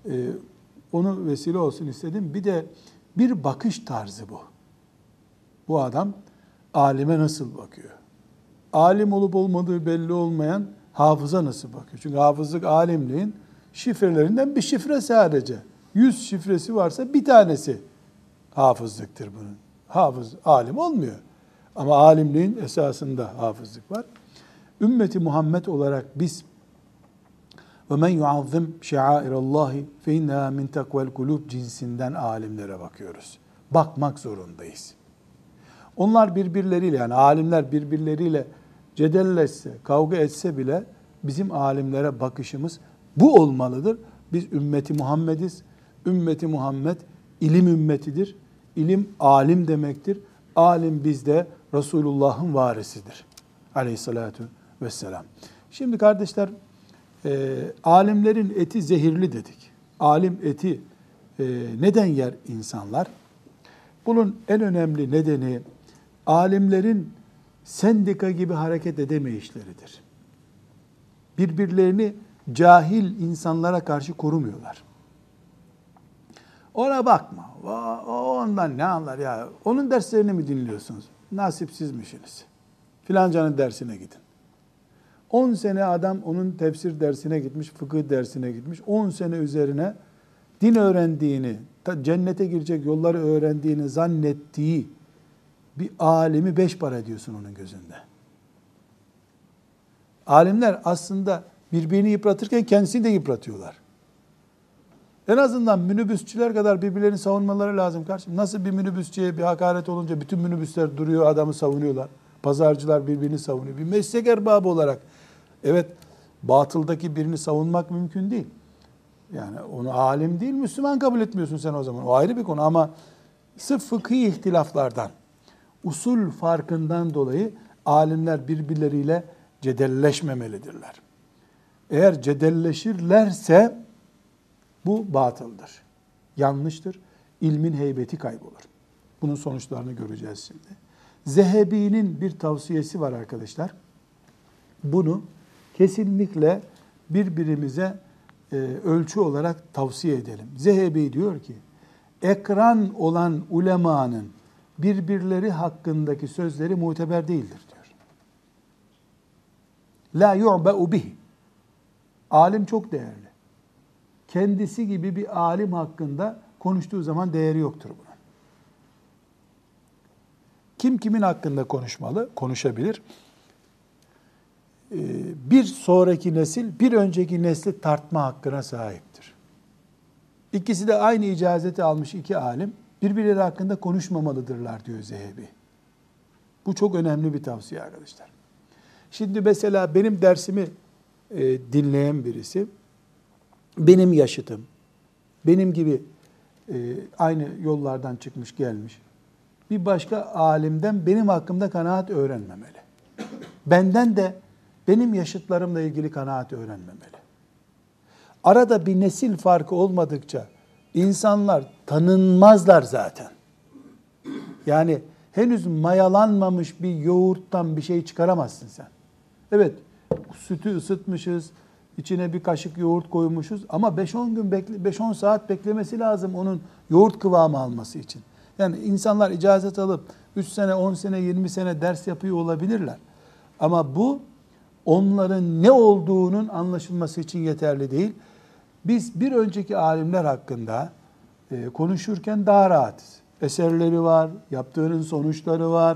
Onu vesile olsun istedim. Bir de bir bakış tarzı bu. Bu adam alime nasıl bakıyor? Alim olup olmadığı belli olmayan hafıza nasıl bakıyor? Çünkü hafızlık alimliğin şifrelerinden bir şifre sadece. 100 şifresi varsa bir tanesi hafızlıktır bunun. Hafız alim olmuyor. Ama alimliğin esasında hafızlık var. Ümmeti Muhammed olarak biz وَمَنْ يُعَظِّمْ شَعَائِرَ اللّٰهِ فَاِنَّهَا مِنْ تَقْوَ الْقُلُوبِ cinsinden alimlere bakıyoruz. Bakmak zorundayız. Onlar birbirleriyle, yani alimler birbirleriyle cedelleşse, kavga etse bile bizim alimlere bakışımız bu olmalıdır. Biz ümmeti Muhammediz. Ümmeti Muhammed ilim ümmetidir. İlim alim demektir. Alim bizde Resulullah'ın varisidir. Aleyhissalatu vesselam. Şimdi kardeşler, alimlerin eti zehirli dedik. Alim eti neden yer insanlar? Bunun en önemli nedeni alimlerin sendika gibi hareket edemeyişleridir. Birbirlerini cahil insanlara karşı korumuyorlar. Ona bakma. O ondan ne anlar ya? Onun derslerini mi dinliyorsunuz? Nasipsizmişsiniz. Filancanın dersine gidin. 10 sene adam onun tefsir dersine gitmiş, fıkıh dersine gitmiş. 10 sene üzerine din öğrendiğini, cennete girecek yolları öğrendiğini zannettiği bir alimi 5 para diyorsun onun gözünde. Alimler aslında birbirini yıpratırken kendisini de yıpratıyorlar. En azından minibüsçüler kadar birbirlerini savunmaları lazım kardeşim. Nasıl bir minibüsçüye bir hakaret olunca bütün minibüsler duruyor, adamı savunuyorlar. Pazarcılar birbirini savunuyor. Bir meslek erbabı olarak evet, batıldaki birini savunmak mümkün değil. Yani onu alim değil, Müslüman kabul etmiyorsun sen o zaman. O ayrı bir konu ama sırf fıkhi ihtilaflardan, usul farkından dolayı alimler birbirleriyle cedelleşmemelidirler. Eğer cedelleşirlerse bu batıldır, yanlıştır, ilmin heybeti kaybolur. Bunun sonuçlarını göreceğiz şimdi. Zehebi'nin bir tavsiyesi var arkadaşlar. Bunu kesinlikle birbirimize ölçü olarak tavsiye edelim. Zehebi diyor ki, ekran olan ulemanın birbirleri hakkındaki sözleri muteber değildir diyor. La yu'be'u bihi. Alim çok değerli. Kendisi gibi bir alim hakkında konuştuğu zaman değeri yoktur bunun. Kim kimin hakkında konuşmalı? Konuşabilir. Bir sonraki nesil, bir önceki nesli tartma hakkına sahiptir. İkisi de aynı icazeti almış iki alim, birbirleri hakkında konuşmamalıdırlar diyor Zehebi. Bu çok önemli bir tavsiye arkadaşlar. Şimdi mesela benim dersimi dinleyen birisi, benim yaşıtım, benim gibi aynı yollardan çıkmış gelmiş, bir başka alimden benim hakkımda kanaat öğrenmemeli. Benden de benim yaşıtlarımla ilgili kanaat öğrenmemeli. Arada bir nesil farkı olmadıkça insanlar tanınmazlar zaten. Yani henüz mayalanmamış bir yoğurttan bir şey çıkaramazsın sen. Evet, sütü ısıtmışız, içine bir kaşık yoğurt koymuşuz ama 5-10 gün 5-10 saat beklemesi lazım onun yoğurt kıvamı alması için. Yani insanlar icazet alıp 3 sene, 10 sene, 20 sene ders yapıyor olabilirler. Ama bu onların ne olduğunun anlaşılması için yeterli değil. Biz bir önceki alimler hakkında konuşurken daha rahatız. Eserleri var, yaptığının sonuçları var,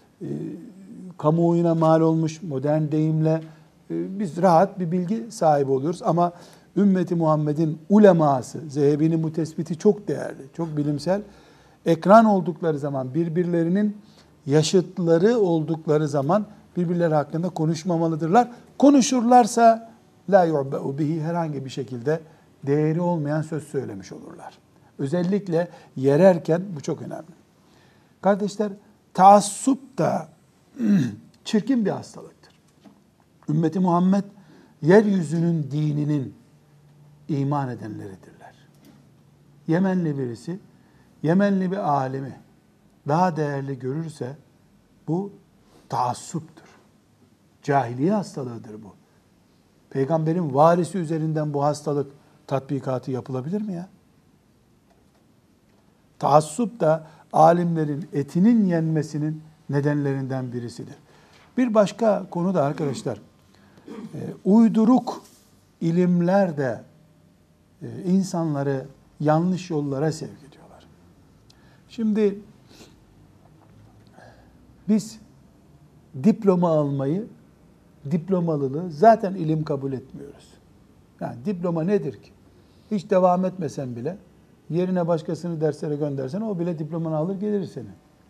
kamuoyuna mal olmuş modern deyimle biz rahat bir bilgi sahibi oluyoruz. Ama ümmeti Muhammed'in uleması, Zehebi'nin bu tespiti çok değerli, çok bilimsel. Ekran oldukları zaman, birbirlerinin yaşıtları oldukları zaman birbirleri hakkında konuşmamalıdırlar. Konuşurlarsa la yu'be'u bihi, herhangi bir şekilde değeri olmayan söz söylemiş olurlar. Özellikle yererken bu çok önemli. Kardeşler, taassup da çirkin bir hastalıktır. Ümmeti Muhammed yeryüzünün dininin iman edenleridirler. Yemenli birisi Yemenli bir alimi daha değerli görürse bu taassuptur. Cahiliye hastalığıdır bu. Peygamberin varisi üzerinden bu hastalık tatbikatı yapılabilir mi ya? Taassup da alimlerin etinin yenmesinin nedenlerinden birisidir. Bir başka konu da arkadaşlar, uyduruk ilimler de insanları yanlış yollara sevk ediyorlar. Şimdi biz diploma almayı, diplomalılığı zaten ilim kabul etmiyoruz. Yani diploma nedir ki? Hiç devam etmesen bile yerine başkasını derslere göndersen o bile diplomanı alır gelir senin.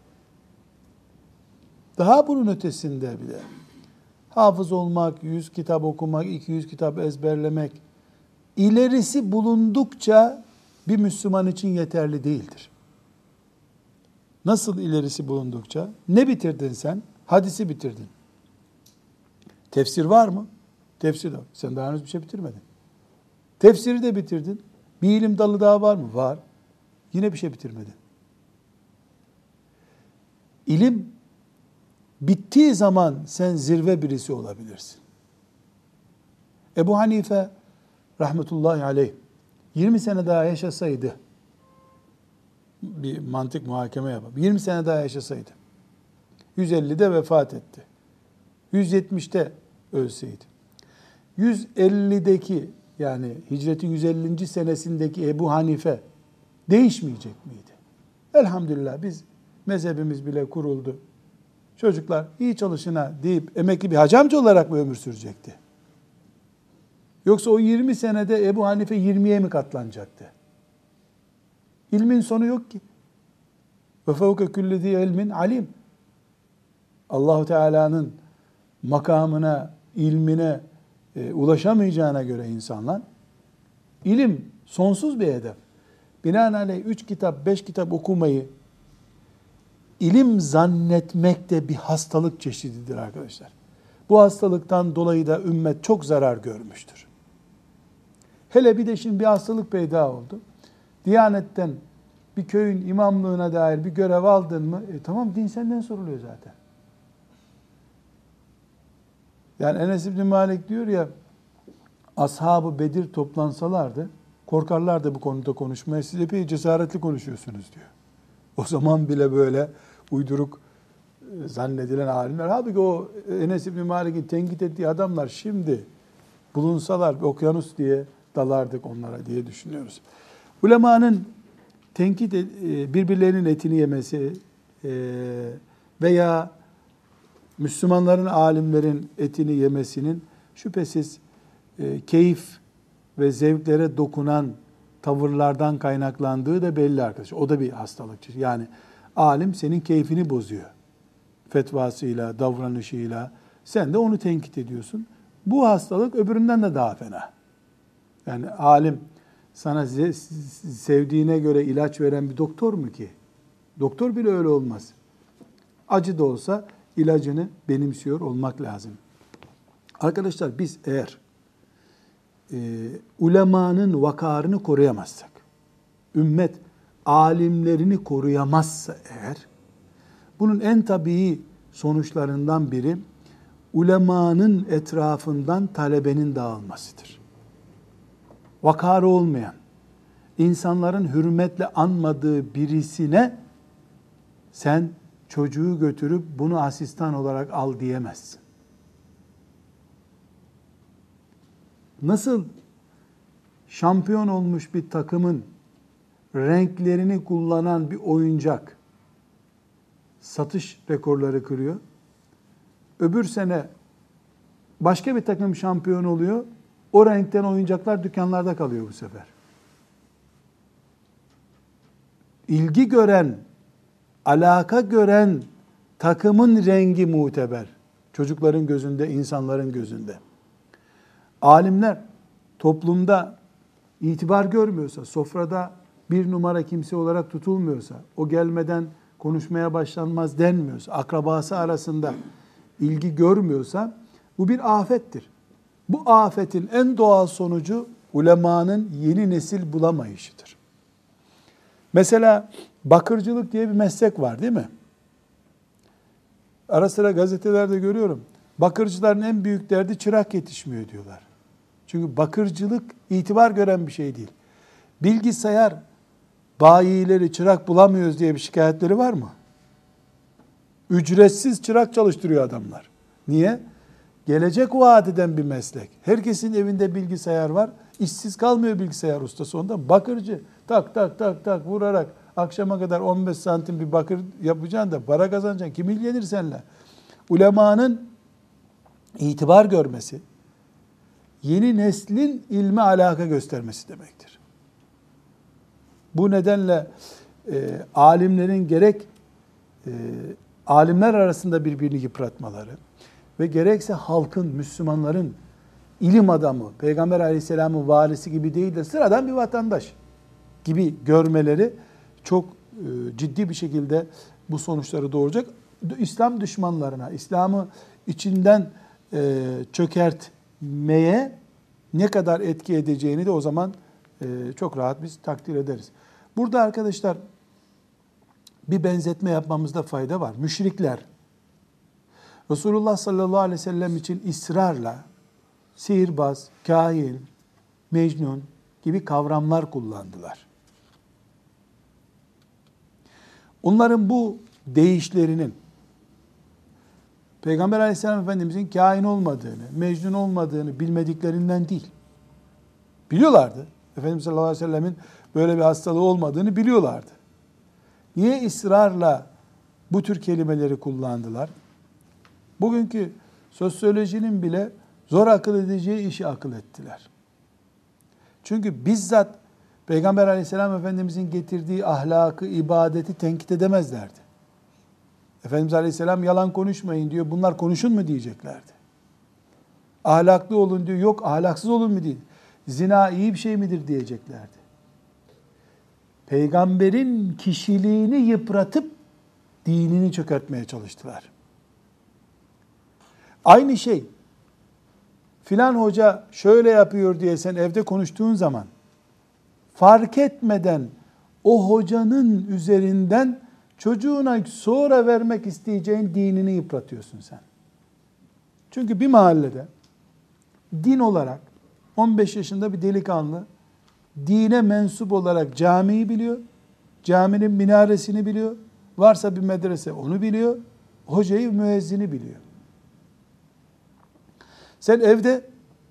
Daha bunun ötesinde bile hafız olmak, 100 kitap okumak, 200 kitap ezberlemek ilerisi bulundukça bir Müslüman için yeterli değildir. Nasıl ilerisi bulundukça? Ne bitirdin sen? Hadisi bitirdin. Tefsir var mı? Tefsir de var. Sen daha henüz bir şey bitirmedin. Tefsiri de bitirdin. Bir ilim dalı daha var mı? Var. Yine bir şey bitirmedin. İlim bittiği zaman sen zirve birisi olabilirsin. Ebu Hanife rahmetullahi aleyh 20 sene daha yaşasaydı, bir mantık muhakeme yapıp 20 sene daha yaşasaydı, 150'de vefat etti. 170'te ölseydi. 150'deki yani hicretin 150. senesindeki Ebu Hanife değişmeyecek miydi? Elhamdülillah biz mezhebimiz bile kuruldu. Çocuklar iyi çalışına deyip emekli bir hacı amca olarak mı ömür sürecekti? Yoksa o 20 senede Ebu Hanife 20'ye mi katlanacaktı? İlmin sonu yok ki. Ve fevke kulli zi ilmin alim. Allah-u Teala'nın makamına, ilmine ulaşamayacağına göre insanlar, ilim sonsuz bir hedef. Binaenaleyh 3 kitap, 5 kitap okumayı ilim zannetmek de bir hastalık çeşididir arkadaşlar. Bu hastalıktan dolayı da ümmet çok zarar görmüştür. Hele bir de şimdi bir hastalık peyda oldu. Diyanetten bir köyün imamlığına dair bir görev aldın mı? Tamam, din senden soruluyor zaten. Yani Enes İbni Malik diyor ya, Ashab-ı Bedir toplansalardı, korkarlardı bu konuda konuşmaya. Siz epey cesaretli konuşuyorsunuz diyor. O zaman bile böyle uyduruk zannedilen alimler. Halbuki o Enes İbni Malik'in tenkit ettiği adamlar şimdi bulunsalar okyanus diye dalardık onlara diye düşünüyoruz. Ulemanın birbirlerinin etini yemesi veya Müslümanların, alimlerin etini yemesinin şüphesiz keyif ve zevklere dokunan tavırlardan kaynaklandığı da belli arkadaşlar. O da bir hastalık. Yani alim senin keyfini bozuyor. Fetvasıyla, davranışıyla. Sen de onu tenkit ediyorsun. Bu hastalık öbüründen de daha fena. Yani alim sana sevdiğine göre ilaç veren bir doktor mu ki? Doktor bile öyle olmaz. Acı da olsa ilacını benimsiyor olmak lazım. Arkadaşlar biz eğer ulemanın vakarını koruyamazsak, ümmet alimlerini koruyamazsa eğer, bunun en tabii sonuçlarından biri ulemanın etrafından talebenin dağılmasıdır. Vakarı olmayan, insanların hürmetle anmadığı birisine sen çocuğu götürüp bunu asistan olarak al diyemezsin. Nasıl şampiyon olmuş bir takımın renklerini kullanan bir oyuncak satış rekorları kırıyor. Öbür sene başka bir takım şampiyon oluyor. O renkten oyuncaklar dükkanlarda kalıyor bu sefer. İlgi gören, alaka gören takımın rengi muteber. Çocukların gözünde, insanların gözünde. Alimler toplumda itibar görmüyorsa, sofrada bir numara kimse olarak tutulmuyorsa, o gelmeden konuşmaya başlanmaz denmiyorsa, akrabası arasında ilgi görmüyorsa bu bir afettir. Bu afetin en doğal sonucu ulemanın yeni nesil bulamayışıdır. Mesela bakırcılık diye bir meslek var değil mi? Ara sıra gazetelerde görüyorum. Bakırcıların en büyük derdi çırak yetişmiyor diyorlar. Çünkü bakırcılık itibar gören bir şey değil. Bilgisayar bayileri çırak bulamıyoruz diye bir şikayetleri var mı? Ücretsiz çırak çalıştırıyor adamlar. Niye? Gelecek vaat eden bir meslek. Herkesin evinde bilgisayar var. İşsiz kalmıyor bilgisayar ustası ondan. Bakırcı tak tak tak tak vurarak akşama kadar 15 santim bir bakır yapacaksın da para kazanacaksın. Kim ilgilenir seninle? Ulemanın itibar görmesi, yeni neslin ilme alaka göstermesi demektir. Bu nedenle alimlerin gerek alimler arasında birbirini yıpratmaları ve gerekse halkın, Müslümanların ilim adamı, Peygamber Aleyhisselam'ın valisi gibi değil de sıradan bir vatandaş gibi görmeleri çok ciddi bir şekilde bu sonuçları doğuracak. İslam düşmanlarına, İslam'ı içinden çökertmeye ne kadar etki edeceğini de o zaman çok rahat biz takdir ederiz. Burada arkadaşlar bir benzetme yapmamızda fayda var. Müşrikler Resulullah sallallahu aleyhi ve sellem için ısrarla sihirbaz, kahin, mecnun gibi kavramlar kullandılar. Onların bu deyişlerinin Peygamber aleyhisselam Efendimizin kahin olmadığını, mecnun olmadığını bilmediklerinden değil. Biliyorlardı. Efendimiz sallallahu aleyhi ve sellemin böyle bir hastalığı olmadığını biliyorlardı. Niye ısrarla bu tür kelimeleri kullandılar? Bugünkü sosyolojinin bile zor akıl edeceği işi akıl ettiler. Çünkü bizzat Peygamber aleyhisselam Efendimizin getirdiği ahlakı, ibadeti tenkit edemezlerdi. Efendimiz aleyhisselam yalan konuşmayın diyor. Bunlar konuşun mu diyeceklerdi. Ahlaklı olun diyor. Yok ahlaksız olun mu diyor. Zina iyi bir şey midir diyeceklerdi. Peygamberin kişiliğini yıpratıp dinini çökertmeye çalıştılar. Aynı şey filan hoca şöyle yapıyor diye sen evde konuştuğun zaman fark etmeden o hocanın üzerinden çocuğuna sonra vermek isteyeceğin dinini yıpratıyorsun sen. Çünkü bir mahallede din olarak 15 yaşında bir delikanlı dine mensup olarak camiyi biliyor, caminin minaresini biliyor, varsa bir medrese onu biliyor, hocayı, müezzini biliyor. Sen evde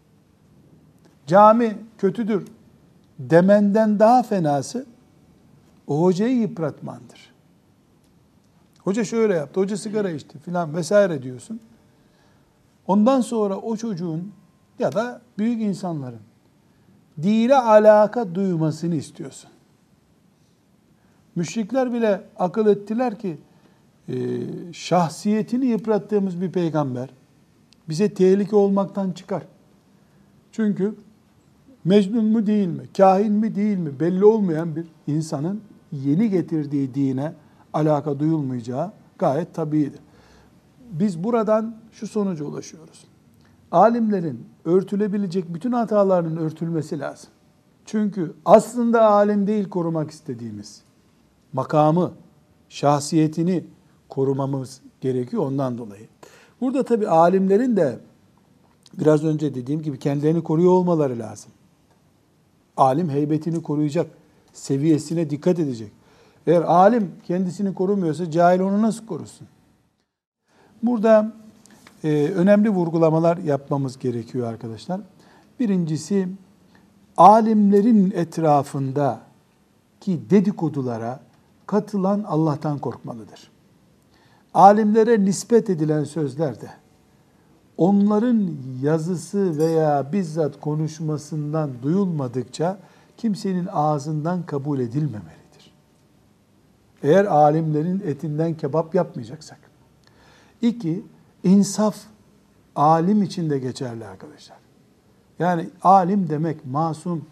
cami kötüdür demenden daha fenası o hocayı yıpratmandır. Hoca şöyle yaptı, hoca sigara içti filan vesaire diyorsun. Ondan sonra o çocuğun ya da büyük insanların dine alaka duymasını istiyorsun. Müşrikler bile akıl ettiler ki şahsiyetini yıprattığımız bir peygamber bize tehlike olmaktan çıkar. Çünkü mecnun mu değil mi, kahin mi değil mi belli olmayan bir insanın yeni getirdiği dine alaka duyulmayacağı gayet tabiidir. Biz buradan şu sonuca ulaşıyoruz. Alimlerin örtülebilecek bütün hatalarının örtülmesi lazım. Çünkü aslında alim değil korumak istediğimiz. Makamı, şahsiyetini korumamız gerekiyor ondan dolayı. Burada tabii alimlerin de biraz önce dediğim gibi kendilerini koruyor olmaları lazım. Alim heybetini koruyacak, seviyesine dikkat edecek. Eğer alim kendisini korumuyorsa cahil onu nasıl korusun? Burada önemli vurgulamalar yapmamız gerekiyor arkadaşlar. Birincisi, alimlerin etrafındaki dedikodulara katılan Allah'tan korkmalıdır. Alimlere nispet edilen sözler de onların yazısı veya bizzat konuşmasından duyulmadıkça kimsenin ağzından kabul edilmemelidir. Eğer alimlerin etinden kebap yapmayacaksak. 2, insaf alim için de geçerli arkadaşlar. Yani alim demek masum,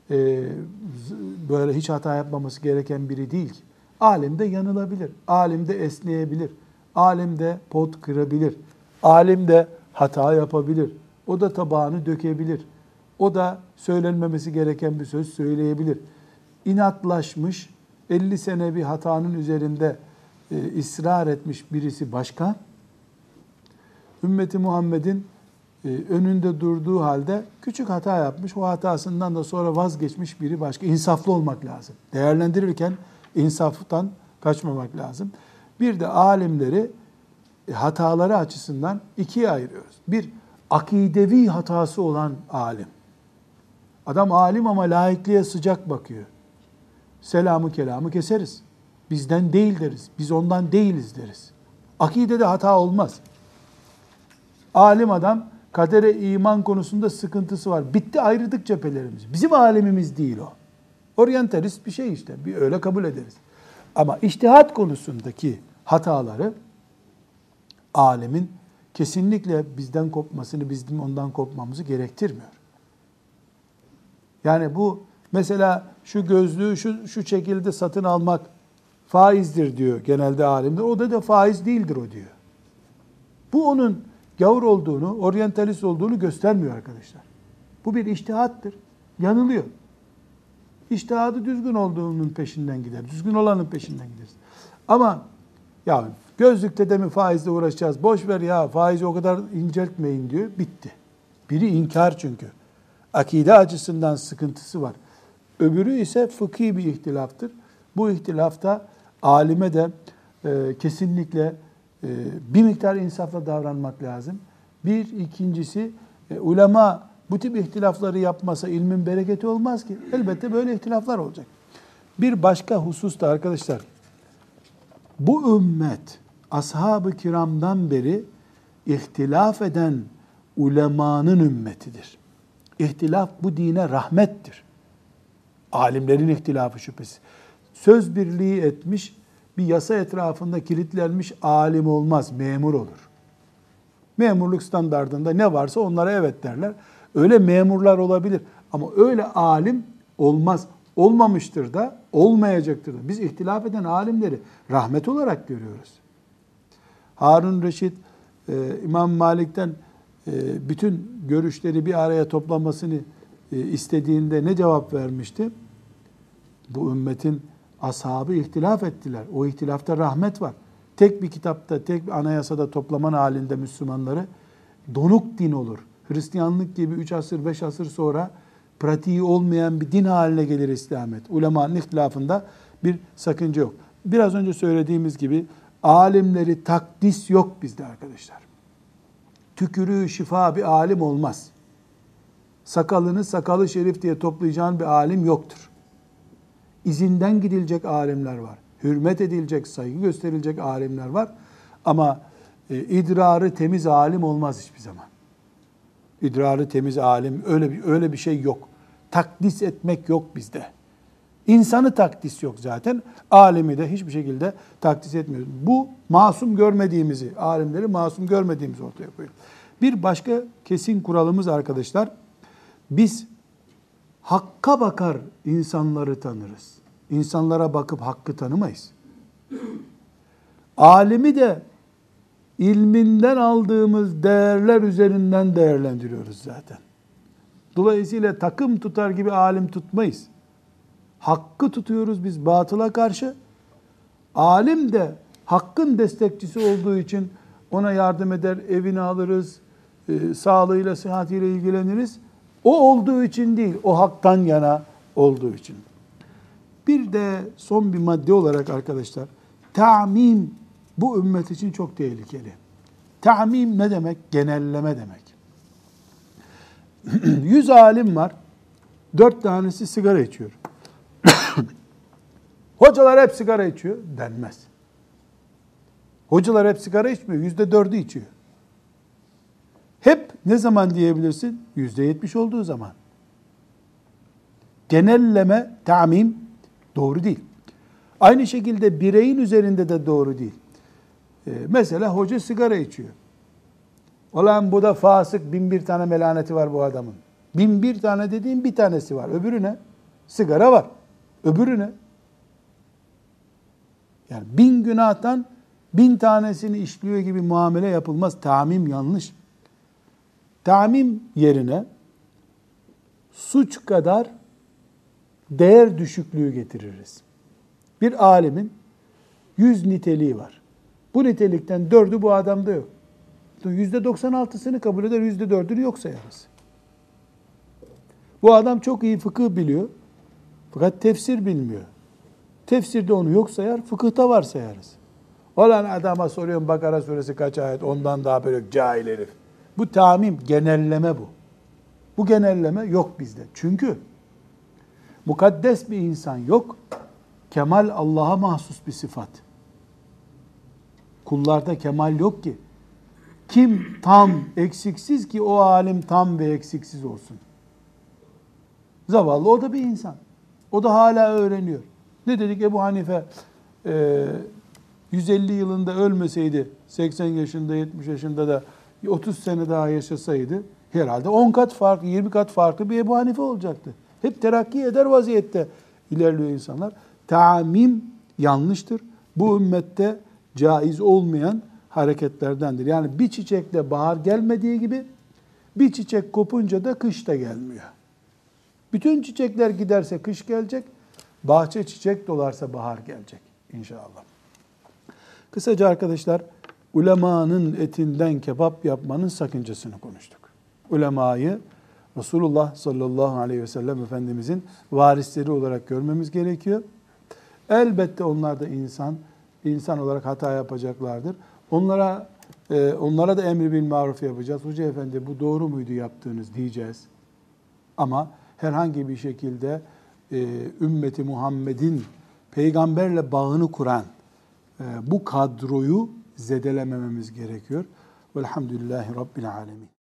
böyle hiç hata yapmaması gereken biri değil ki. Alim de yanılabilir, alim de esneyebilir, alim de pot kırabilir, alim de hata yapabilir, o da tabağını dökebilir, o da söylenmemesi gereken bir söz söyleyebilir. İnatlaşmış, 50 sene bir hatanın üzerinde ısrar etmiş birisi başka, ümmeti Muhammed'in önünde durduğu halde küçük hata yapmış. O hatasından da sonra vazgeçmiş biri başka. İnsaflı olmak lazım. Değerlendirirken insaftan kaçmamak lazım. Bir de alimleri hataları açısından ikiye ayırıyoruz. Bir, akidevi hatası olan alim. Adam alim ama laikliğe sıcak bakıyor. Selamı kelamı keseriz. Bizden değil deriz. Biz ondan değiliz deriz. Akidede hata olmaz. Alim adam kadere iman konusunda sıkıntısı var. Bitti, ayrıdık cephelerimiz. Bizim alemimiz değil o. Oryantalist bir şey işte. Bir öyle kabul ederiz. Ama içtihat konusundaki hataları alemin kesinlikle bizden kopmasını, bizim ondan kopmamızı gerektirmiyor. Yani bu mesela şu gözlüğü şu şekilde satın almak faizdir diyor genelde alimler. O da faiz değildir o diyor. Bu onun gavur olduğunu, oryantalist olduğunu göstermiyor arkadaşlar. Bu bir içtihattır. Yanılıyor. İçtihadı düzgün olduğunun peşinden gider. Düzgün olanın peşinden gideriz. Ama ya gözlükte de mi faizle uğraşacağız? Boş ver ya, faizi o kadar inceltmeyin diyor. Bitti. Biri inkar çünkü. Akide açısından sıkıntısı var. Öbürü ise fıkhi bir ihtilaftır. Bu ihtilafta alime de kesinlikle bir miktar insafla davranmak lazım. İkincisi ulema bu tip ihtilafları yapmasa ilmin bereketi olmaz ki. Elbette böyle ihtilaflar olacak. Bir başka husus da arkadaşlar, bu ümmet ashab-ı kiramdan beri ihtilaf eden ulemanın ümmetidir. İhtilaf bu dine rahmettir. Alimlerin ihtilafı şüphesiz. Söz birliği etmiş, bir yasa etrafında kilitlenmiş alim olmaz, memur olur. Memurluk standardında ne varsa onlara evet derler. Öyle memurlar olabilir ama öyle alim olmaz. Olmamıştır da, olmayacaktır da. Biz ihtilaf eden alimleri rahmet olarak görüyoruz. Harun Reşit, İmam Malik'ten bütün görüşleri bir araya toplamasını istediğinde ne cevap vermişti? Bu ümmetin ashabı ihtilaf ettiler. O ihtilafta rahmet var. Tek bir kitapta, tek bir anayasada toplaman halinde Müslümanları donuk din olur. Hristiyanlık gibi 3 asır, 5 asır sonra pratiği olmayan bir din haline gelir İslamiyet. Ulemanın ihtilafında bir sakınca yok. Biraz önce söylediğimiz gibi alimleri takdis yok bizde arkadaşlar. Tükürüğü şifa bir alim olmaz. Sakalını sakalı şerif diye toplayacağın bir alim yoktur. İzinden gidilecek alimler var. Hürmet edilecek, saygı gösterilecek alimler var. Ama idrarı temiz alim olmaz hiçbir zaman. İdrarı temiz alim, öyle bir şey yok. Takdis etmek yok bizde. İnsanı takdis yok zaten. Alimi de hiçbir şekilde takdis etmiyoruz. Bu masum görmediğimizi, alimleri masum görmediğimizi ortaya koyuyor. Bir başka kesin kuralımız arkadaşlar, biz hakka bakar insanları tanırız. İnsanlara bakıp hakkı tanımayız. Alimi de ilminden aldığımız değerler üzerinden değerlendiriyoruz zaten. Dolayısıyla takım tutar gibi alim tutmayız. Hakkı tutuyoruz biz batıla karşı. Alim de hakkın destekçisi olduğu için ona yardım eder, evini alırız, sağlığıyla, sıhhatiyle ilgileniriz. O olduğu için değil, o haktan yana olduğu için. Bir de son bir madde olarak arkadaşlar, ta'mim bu ümmet için çok tehlikeli. Ta'mim ne demek? Genelleme demek. 100 alim var, 4 tanesi sigara içiyor. Hocalar hep sigara içiyor denmez. Hocalar hep sigara içmiyor, %4'ü içiyor. Hep ne zaman diyebilirsin? %70 olduğu zaman. Genelleme, ta'mim doğru değil. Aynı şekilde bireyin üzerinde de doğru değil. Mesela hoca sigara içiyor. Ulan bu da fasık, 1001 tane melaneti var bu adamın. 1001 tane dediğim bir tanesi var. Öbürü ne? Sigara var. Öbürü ne? Yani 1000 günahtan 1000 tanesini işliyor gibi muamele yapılmaz. Ta'mim yanlış. Ta'mim yerine suç kadar değer düşüklüğü getiririz. Bir alimin 100 niteliği var. Bu nitelikten 4'ü bu adamda yok. tutun %96'sını kabul eder, %4'ünü yok sayarız. Bu adam çok iyi fıkıh biliyor. Fakat tefsir bilmiyor. Tefsirde onu yok sayar, fıkıhta var sayarız. Olan adama soruyorum Bakara suresi kaç ayet, ondan daha böyle cahil herif. Bu tamim, genelleme bu. Bu genelleme yok bizde. Çünkü mukaddes bir insan yok. Kemal Allah'a mahsus bir sıfat. Kullarda kemal yok ki. Kim tam, eksiksiz ki o alim tam ve eksiksiz olsun. Zavallı o da bir insan. O da hala öğreniyor. Ne dedik Ebu Hanife 150 yılında ölmeseydi, 80 yaşında, 70 yaşında da 30 sene daha yaşasaydı herhalde 10 kat farklı, 20 kat farklı bir Ebu Hanife olacaktı. Hep terakki eder vaziyette ilerliyor insanlar. Tamim yanlıştır. Bu ümmette caiz olmayan hareketlerdendir. Yani bir çiçekle bahar gelmediği gibi bir çiçek kopunca da kış da gelmiyor. Bütün çiçekler giderse kış gelecek, bahçe çiçek dolarsa bahar gelecek inşallah. Kısaca arkadaşlar, ulemanın etinden kebap yapmanın sakıncasını konuştuk. Ulemayı Resulullah sallallahu aleyhi ve sellem Efendimizin varisleri olarak görmemiz gerekiyor. Elbette onlar da insan olarak hata yapacaklardır. Onlara da emri bil maruf yapacağız. Hoca efendi bu doğru muydu yaptığınız diyeceğiz. Ama herhangi bir şekilde ümmeti Muhammed'in peygamberle bağını kuran bu kadroyu zedelemememiz gerekiyor. Velhamdülillahi Rabbil alemin.